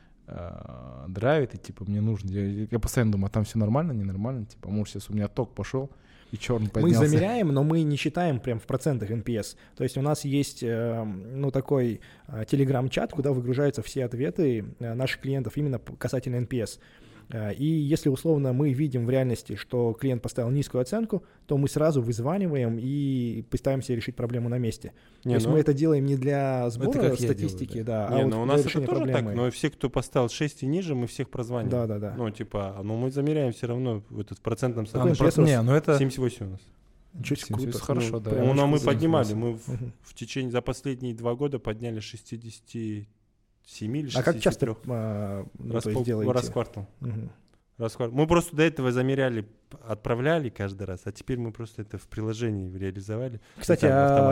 драйвит, и мне нужно. Я постоянно думаю, а там все нормально, ненормально. Может, сейчас у меня ток пошел. И черный поднялся. Мы замеряем, но мы не считаем прям в процентах NPS. То есть у нас есть такой телеграм-чат, куда выгружаются все ответы наших клиентов именно касательно NPS. И если условно мы видим в реальности, что клиент поставил низкую оценку, то мы сразу вызваниваем и пытаемся решить проблему на месте. То есть мы это делаем не для сбора статистики, у нас это тоже проблемы. Так, но все, кто поставил 6 и ниже, мы всех прозваниваем. Да. Мы замеряем все равно в процентном соотношении. 78 у нас. Ничего круто. Хорошо, да. Мы поднимали, мы в течение, за последние 2 года подняли 67 или 63. А как часто делаете? Раз в квартал. Мы просто до этого замеряли, отправляли каждый раз, а теперь мы просто это в приложении реализовали. Кстати,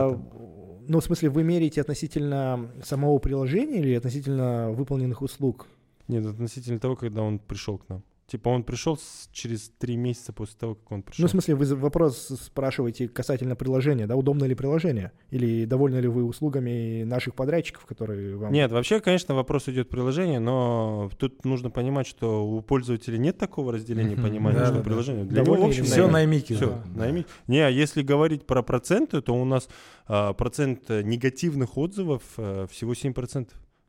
в смысле, вы меряете относительно самого приложения или относительно выполненных услуг? Нет, относительно того, когда он пришел к нам. Типа он пришел через 3 месяца после того, как он пришел. Ну, в смысле, вы вопрос спрашиваете касательно приложения, да, удобно ли приложение? Или довольны ли вы услугами наших подрядчиков, которые вам... Нет, вообще, конечно, вопрос идет приложение, но тут нужно понимать, что у пользователя нет такого разделения понимания, что приложение. Для него, в общем, все на Мике. Все, на Мике. Не, а если говорить про проценты, то у нас процент негативных отзывов всего 7%.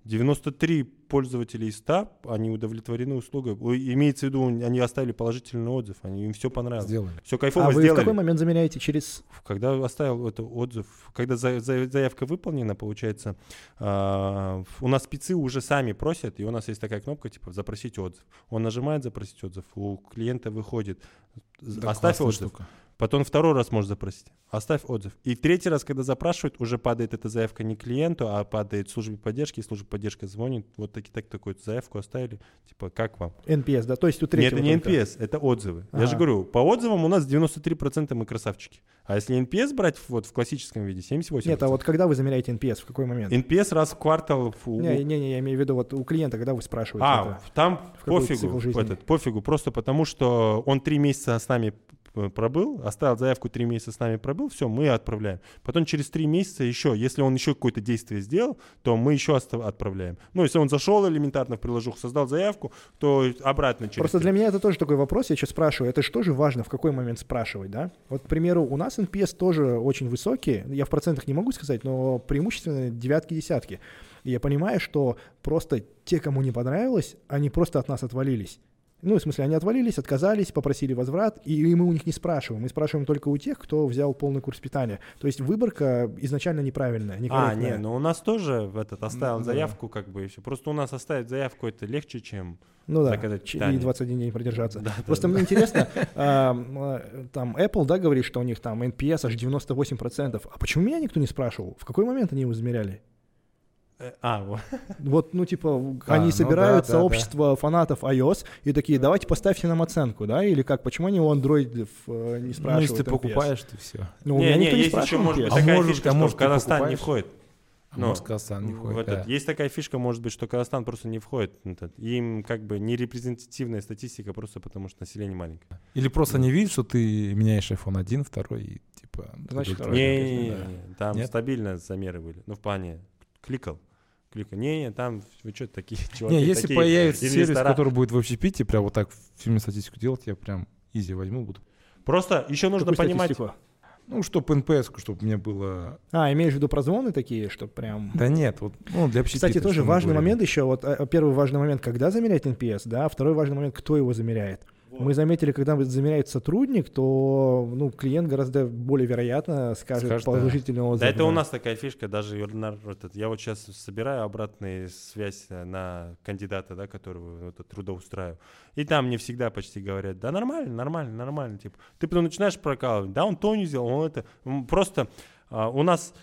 93 пользователей из 100, они удовлетворены услугой. Имеется в виду, они оставили положительный отзыв, им все понравилось. Сделали. Все кайфово вы сделали. в какой момент замеряете? Через... Когда оставил этот отзыв, когда заявка выполнена, получается, у нас спецы уже сами просят, и у нас есть такая кнопка, типа, запросить отзыв. Он нажимает запросить отзыв, у клиента выходит, Да, оставь отзыв. Штука. Потом второй раз можешь запросить. Оставь отзыв. И третий раз, когда запрашивают, уже падает эта заявка не клиенту, а падает службе поддержки. И служба поддержки звонит. Вот такую заявку оставили. Типа, как вам? NPS, да? То есть у Нет, третьего это не только. NPS, это отзывы. Я же говорю, по отзывам у нас 93% мы красавчики. А если NPS брать вот в классическом виде, 78%. Нет, а вот когда вы замеряете NPS, в какой момент? NPS раз в квартал. Не, я имею в виду вот у клиента, когда вы спрашиваете это. Там В какой цикл пофигу, жизни? пофигу, просто потому что он 3 месяца с нами пробыл, оставил заявку, 3 месяца с нами пробыл, все, мы отправляем. Потом через 3 месяца еще, если он еще какое-то действие сделал, то мы еще отправляем. Ну, если он зашел элементарно в приложуху, создал заявку, то обратно через... Просто для меня это тоже такой вопрос, я сейчас спрашиваю, это же тоже важно, в какой момент спрашивать, да? Вот, к примеру, у нас NPS тоже очень высокий, я в процентах не могу сказать, но преимущественно девятки, десятки. И я понимаю, что просто те, кому не понравилось, они просто от нас отвалились. Ну, в смысле, они отвалились, отказались, попросили возврат, и мы у них не спрашиваем. Мы спрашиваем только у тех, кто взял полный курс питания. То есть выборка изначально неправильная, некорректная. но у нас тоже оставил заявку, как бы, и все. Просто у нас оставить заявку это легче, чем заказать питание. И 21 день продержаться. Да, Просто мне интересно, там Apple, да, говорит, что у них там NPS аж 98%. А почему меня никто не спрашивал? В какой момент они его измеряли? Вот, ну, типа, они собирают сообщество фанатов iOS и такие, давайте поставьте нам оценку, да, или как, почему они у Android не спрашивают? Ну, если ты покупаешь, то все. Ну, у меня никто не спрашивал. Может быть такая фишка, что в Казахстан не входит. Может, Казахстан не входит, Есть такая фишка, может быть, что Казахстан просто не входит. Им как бы не репрезентативная статистика, просто потому что население маленькое. Или просто не видят, что ты меняешь iPhone 1, 2 и типа... Значит, Не, там стабильно замеры были. Ну, в плане кликал. Там вы что такие чуваки? Не, если появится сервис, который будет в общепите, прям вот так в фильме статистику делать, я прям изи возьму, буду. Просто еще нужно понимать... Ну, чтобы NPS, чтобы мне было... Имеешь в виду прозвоны такие, чтобы прям... Да нет, вот, для общепита. Кстати, тоже важный момент еще, вот первый важный момент, когда замерять NPS, да, второй важный момент, кто его замеряет. Мы заметили, когда замеряет сотрудник, то клиент гораздо более вероятно скажет положительный отзыв. Да, это у нас такая фишка, даже я вот сейчас собираю обратную связь на кандидата, да, которого трудоустраиваю, и там мне всегда почти говорят, да нормально, типа. Ты потом начинаешь прокалывать, да, он то не сделал, он это. Просто у нас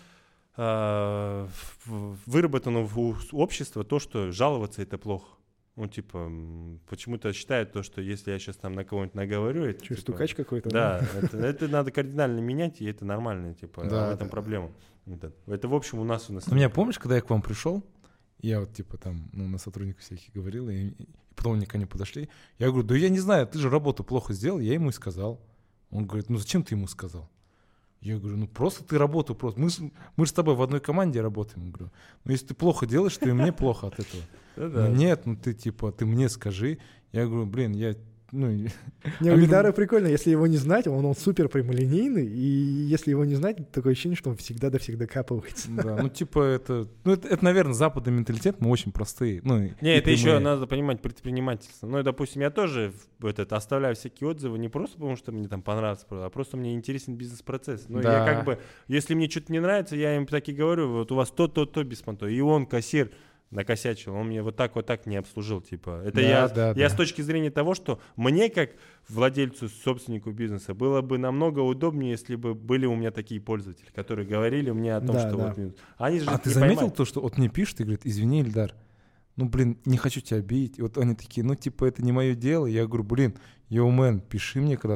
выработано в обществе то, что жаловаться это плохо. Почему-то считают то, что если я сейчас там на кого-нибудь наговорю... Это, стукач какой-то? Да, это надо кардинально менять, и это нормально, в этом проблема. Это, в общем, у нас... У меня, помнишь, когда я к вам пришел, я вот, там, на сотрудников всяких говорил, и потом они ко мне подошли, я говорю, да я не знаю, ты же работу плохо сделал, я ему и сказал. Он говорит, зачем ты ему сказал? Я говорю, просто ты работу просто. Мы же с тобой в одной команде работаем. Я говорю, если ты плохо делаешь, то и мне плохо от этого. Нет, ты мне скажи. Я говорю, я... Не, у Ильдара прикольно, если его не знать, он супер прямолинейный, и если его не знать, такое ощущение, что он всегда до всех докапывается. Да, это, наверное, западный менталитет, мы очень простые. Это еще надо понимать предпринимательство. Допустим, я тоже оставляю всякие отзывы не просто потому, что мне там понравилось, а просто мне интересен бизнес-процесс. Я как бы, если мне что-то не нравится, я им так и говорю, вот у вас то беспонто. И он, кассир, накосячил, он мне вот так не обслужил, Это я с точки зрения того, что мне, как владельцу, собственнику бизнеса, было бы намного удобнее, если бы были у меня такие пользователи, которые говорили мне о том, что они же ты заметил то, что мне пишут и говорят, извини, Ильдар, не хочу тебя обидеть. И вот они такие, это не мое дело. Я говорю, йоу, мэн, пиши мне когда так.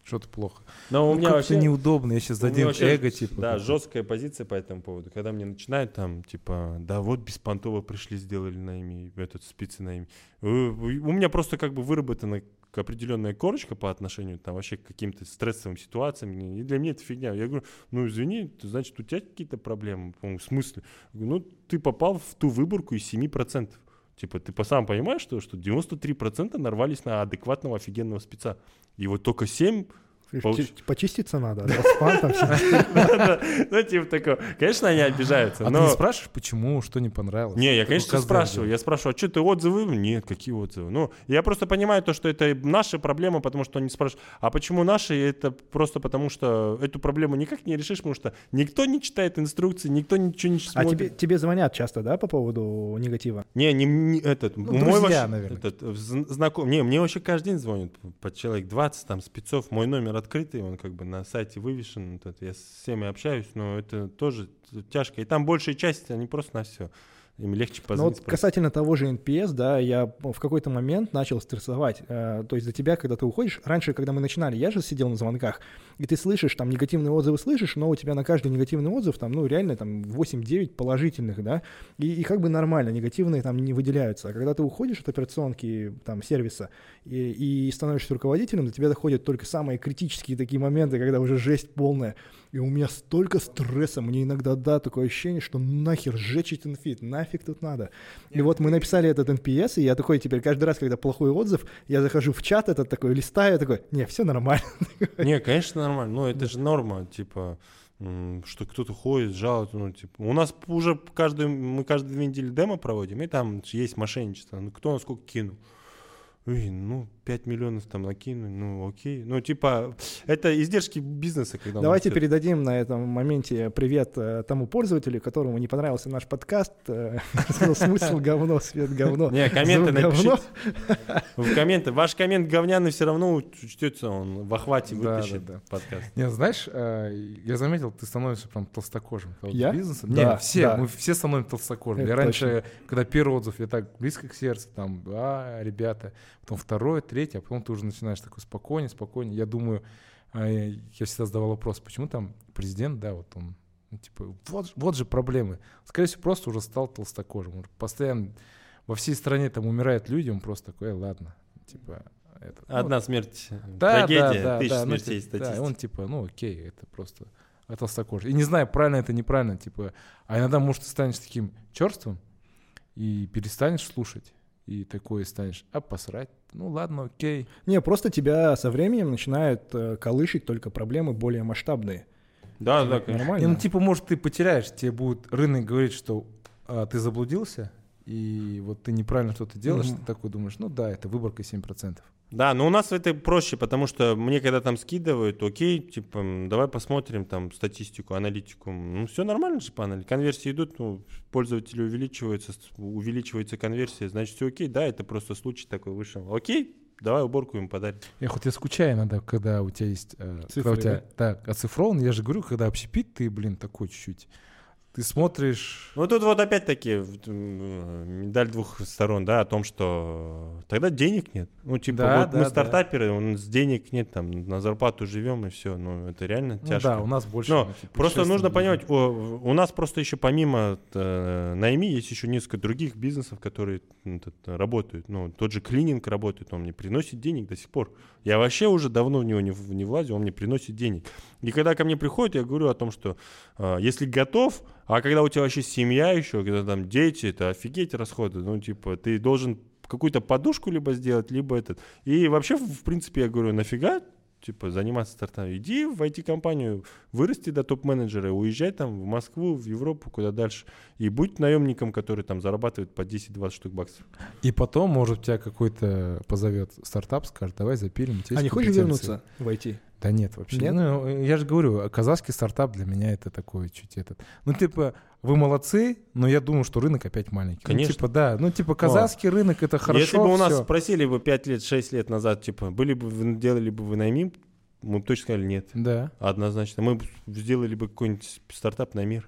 что-то плохо. Но у меня как-то вообще неудобно, я сейчас задел эго, типа. Да, жесткая позиция по этому поводу. Когда мне начинают там, типа, да вот беспонтово пришли, сделали на имя, этот спицы на имя. У меня просто как бы выработана определенная корочка по отношению там вообще к каким-то стрессовым ситуациям. И для меня это фигня. Я говорю, ну извини, значит, у тебя какие-то проблемы? В смысле? Ну, ты попал в ту выборку из 7%. Типа, ты сам понимаешь, что 93% нарвались на адекватного офигенного спеца. И вот только 7... Почиститься надо, спам там все. Ну, типа такого. Конечно, они обижаются. А ты не спрашиваешь, почему, что не понравилось? Не, я, конечно, спрашиваю. Я спрашиваю, а что ты отзывы? Нет, какие отзывы? Ну, я просто понимаю то, что это наша проблема, потому что они спрашивают, а почему наши? Это просто потому, что эту проблему никак не решишь, потому что никто не читает инструкции, никто ничего не смотрит. А тебе звонят часто, да, по поводу негатива? Не этот. Ну, друзья, наверное. Знакомый. Не, мне вообще каждый день звонят по человек 20 там спецов. Мой номер открытый, он как бы на сайте вывешен. Я с всеми общаюсь, но это тоже тяжко. И там большая часть, они просто на все. Им легче позвонить. Ну вот касательно того же NPS, да, я в какой-то момент начал стрессовать. То есть за тебя, когда ты уходишь, раньше, когда мы начинали, я же сидел на звонках, и ты слышишь, там, негативные отзывы слышишь, но у тебя на каждый негативный отзыв, там, ну, реально, там, 8-9 положительных, да, и как бы нормально, негативные там не выделяются. А когда ты уходишь от операционки, там, сервиса и становишься руководителем, до тебя доходят только самые критические такие моменты, когда уже жесть полная. И у меня столько стресса, мне иногда, да, такое ощущение, что нахер сжечь этот фит, нафиг тут надо. И вот мы написали этот NPS, и я такой теперь каждый раз, когда плохой отзыв, я захожу в чат этот такой, листаю, такой, не, все нормально. Не, конечно, нормально, но это же норма, типа, что кто-то ходит, жалуется, ну, типа, у нас уже мы каждые 2 недели демо проводим, и там есть мошенничество, ну, кто на сколько кинул. Ну, 5 миллионов там накинули, ну, окей. Ну, типа, это издержки бизнеса. Когда давайте передадим на этом моменте привет тому пользователю, которому не понравился наш подкаст. Смысл говно, свет говно. Не, комменты напишите. В комменты. Ваш коммент говняный все равно учтется, он в охвате выпишет подкаст. Не, знаешь, я заметил, ты становишься прям толстокожим. Я? Не, все, мы все становимся толстокожими. Я раньше, когда первый отзыв, я так близко к сердцу, там, ребята, потом второй, третий, а потом ты уже начинаешь такой спокойнее. Я думаю, я всегда задавал вопрос, почему там президент, да, вот он, ну, типа, вот же проблемы. Скорее всего, просто уже стал толстокожим. Он постоянно во всей стране там умирают люди, он просто такой, ладно, типа... Одна смерть, трагедия, тысяча смертей, типа, статистика. Да, он типа, ну окей, это просто толстокожий. И не знаю, правильно это, неправильно, типа, а иногда, может, ты станешь таким черствым и перестанешь слушать. И такой станешь, посрать, ну ладно, окей. Не, просто тебя со временем начинают колышить только проблемы более масштабные. Да, конечно. Нормально. И, ну, типа, может, ты потеряешь, тебе будет рынок говорить, что ты заблудился, и вот ты неправильно что-то делаешь, ты такой думаешь, ну да, это выборка 7%. Да, но у нас это проще, потому что мне когда там скидывают, окей, типа, давай посмотрим там статистику, аналитику. Ну, все нормально же по аналитике. Конверсии идут, ну, пользователи увеличивается конверсия, значит, все окей. Да, это просто случай такой вышел. Окей, давай уборку им подарим. Я скучаю иногда, когда у тебя есть... Цифры, когда у тебя, да, оцифрован. Я же говорю, когда общепит, ты, такой чуть-чуть... Ты смотришь... Ну, тут вот опять-таки медаль двух сторон, да, о том, что тогда денег нет. Ну, типа, да, мы стартаперы, у нас денег нет, там, на зарплату живем, и все. Ну, это реально тяжко. Да, у нас больше... Но просто нужно понимать, у нас просто еще помимо найми есть еще несколько других бизнесов, которые работают. Ну, тот же клининг работает, он мне приносит денег до сих пор. Я вообще уже давно в него не влазил, он мне приносит денег. И когда ко мне приходят, я говорю о том, что если готов, а когда у тебя вообще семья еще, когда там дети, это офигеть расходы. Ну, типа, ты должен какую-то подушку либо сделать, либо этот. И вообще, в принципе, я говорю, нафига, типа, заниматься стартапом? Иди в IT-компанию, вырасти до топ-менеджера, уезжай там в Москву, в Европу, куда дальше. И будь наемником, который там зарабатывает по 10-20 штук баксов. И потом, может, тебя какой-то позовет стартап, скажет, давай запилим. А не хочешь вернуться в IT? Да нет, вообще. Нет? Ну, я же говорю, казахский стартап для меня это такой чуть этот. Ну, типа, вы молодцы, но я думаю, что рынок опять маленький. Конечно. Ну, типа, да. Ну, типа, казахский рынок это хорошо. Если бы у нас всё. спросили бы 5 лет, 6 лет назад, типа, делали бы вы наймим, мы бы точно сказали нет. Да. Однозначно. Мы бы сделали бы какой-нибудь стартап на мир.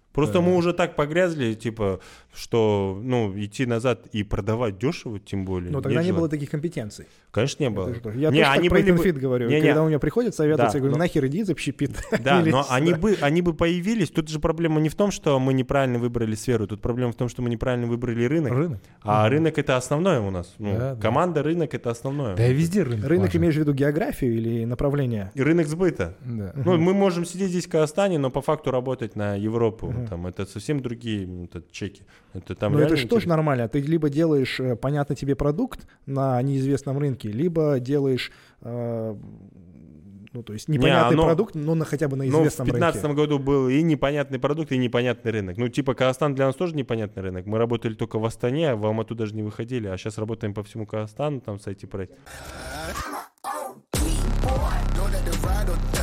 Просто мы уже так погрязли, типа, что, ну, идти назад и продавать дешево, тем более. Но тогда не было таких компетенций. Конечно, не было. Я тоже так про Инфит говорю. Когда у меня приходят советоваться, я говорю, нахер иди за общепит. Да, но они бы появились. Тут же проблема не в том, что мы неправильно выбрали сферу, тут проблема в том, что мы неправильно выбрали рынок. А рынок — это основное у нас. Команда, рынок — это основное. Да и везде рынок. Рынок имеешь в виду географию или направление? И рынок сбыта. Ну, мы можем сидеть здесь в Казахстане, но по факту работать на Европу. Там, это совсем другие чеки. Но это же тоже нормально. Ты либо делаешь понятный тебе продукт на неизвестном рынке, либо делаешь ну, то есть непонятный продукт, но хотя бы на известном рынке. В 2015 году был и непонятный продукт, и непонятный рынок. Ну, типа Казахстан для нас тоже непонятный рынок. Мы работали только в Астане, а в Алмату даже не выходили. А сейчас работаем по всему Казахстану, там с IT-проектом.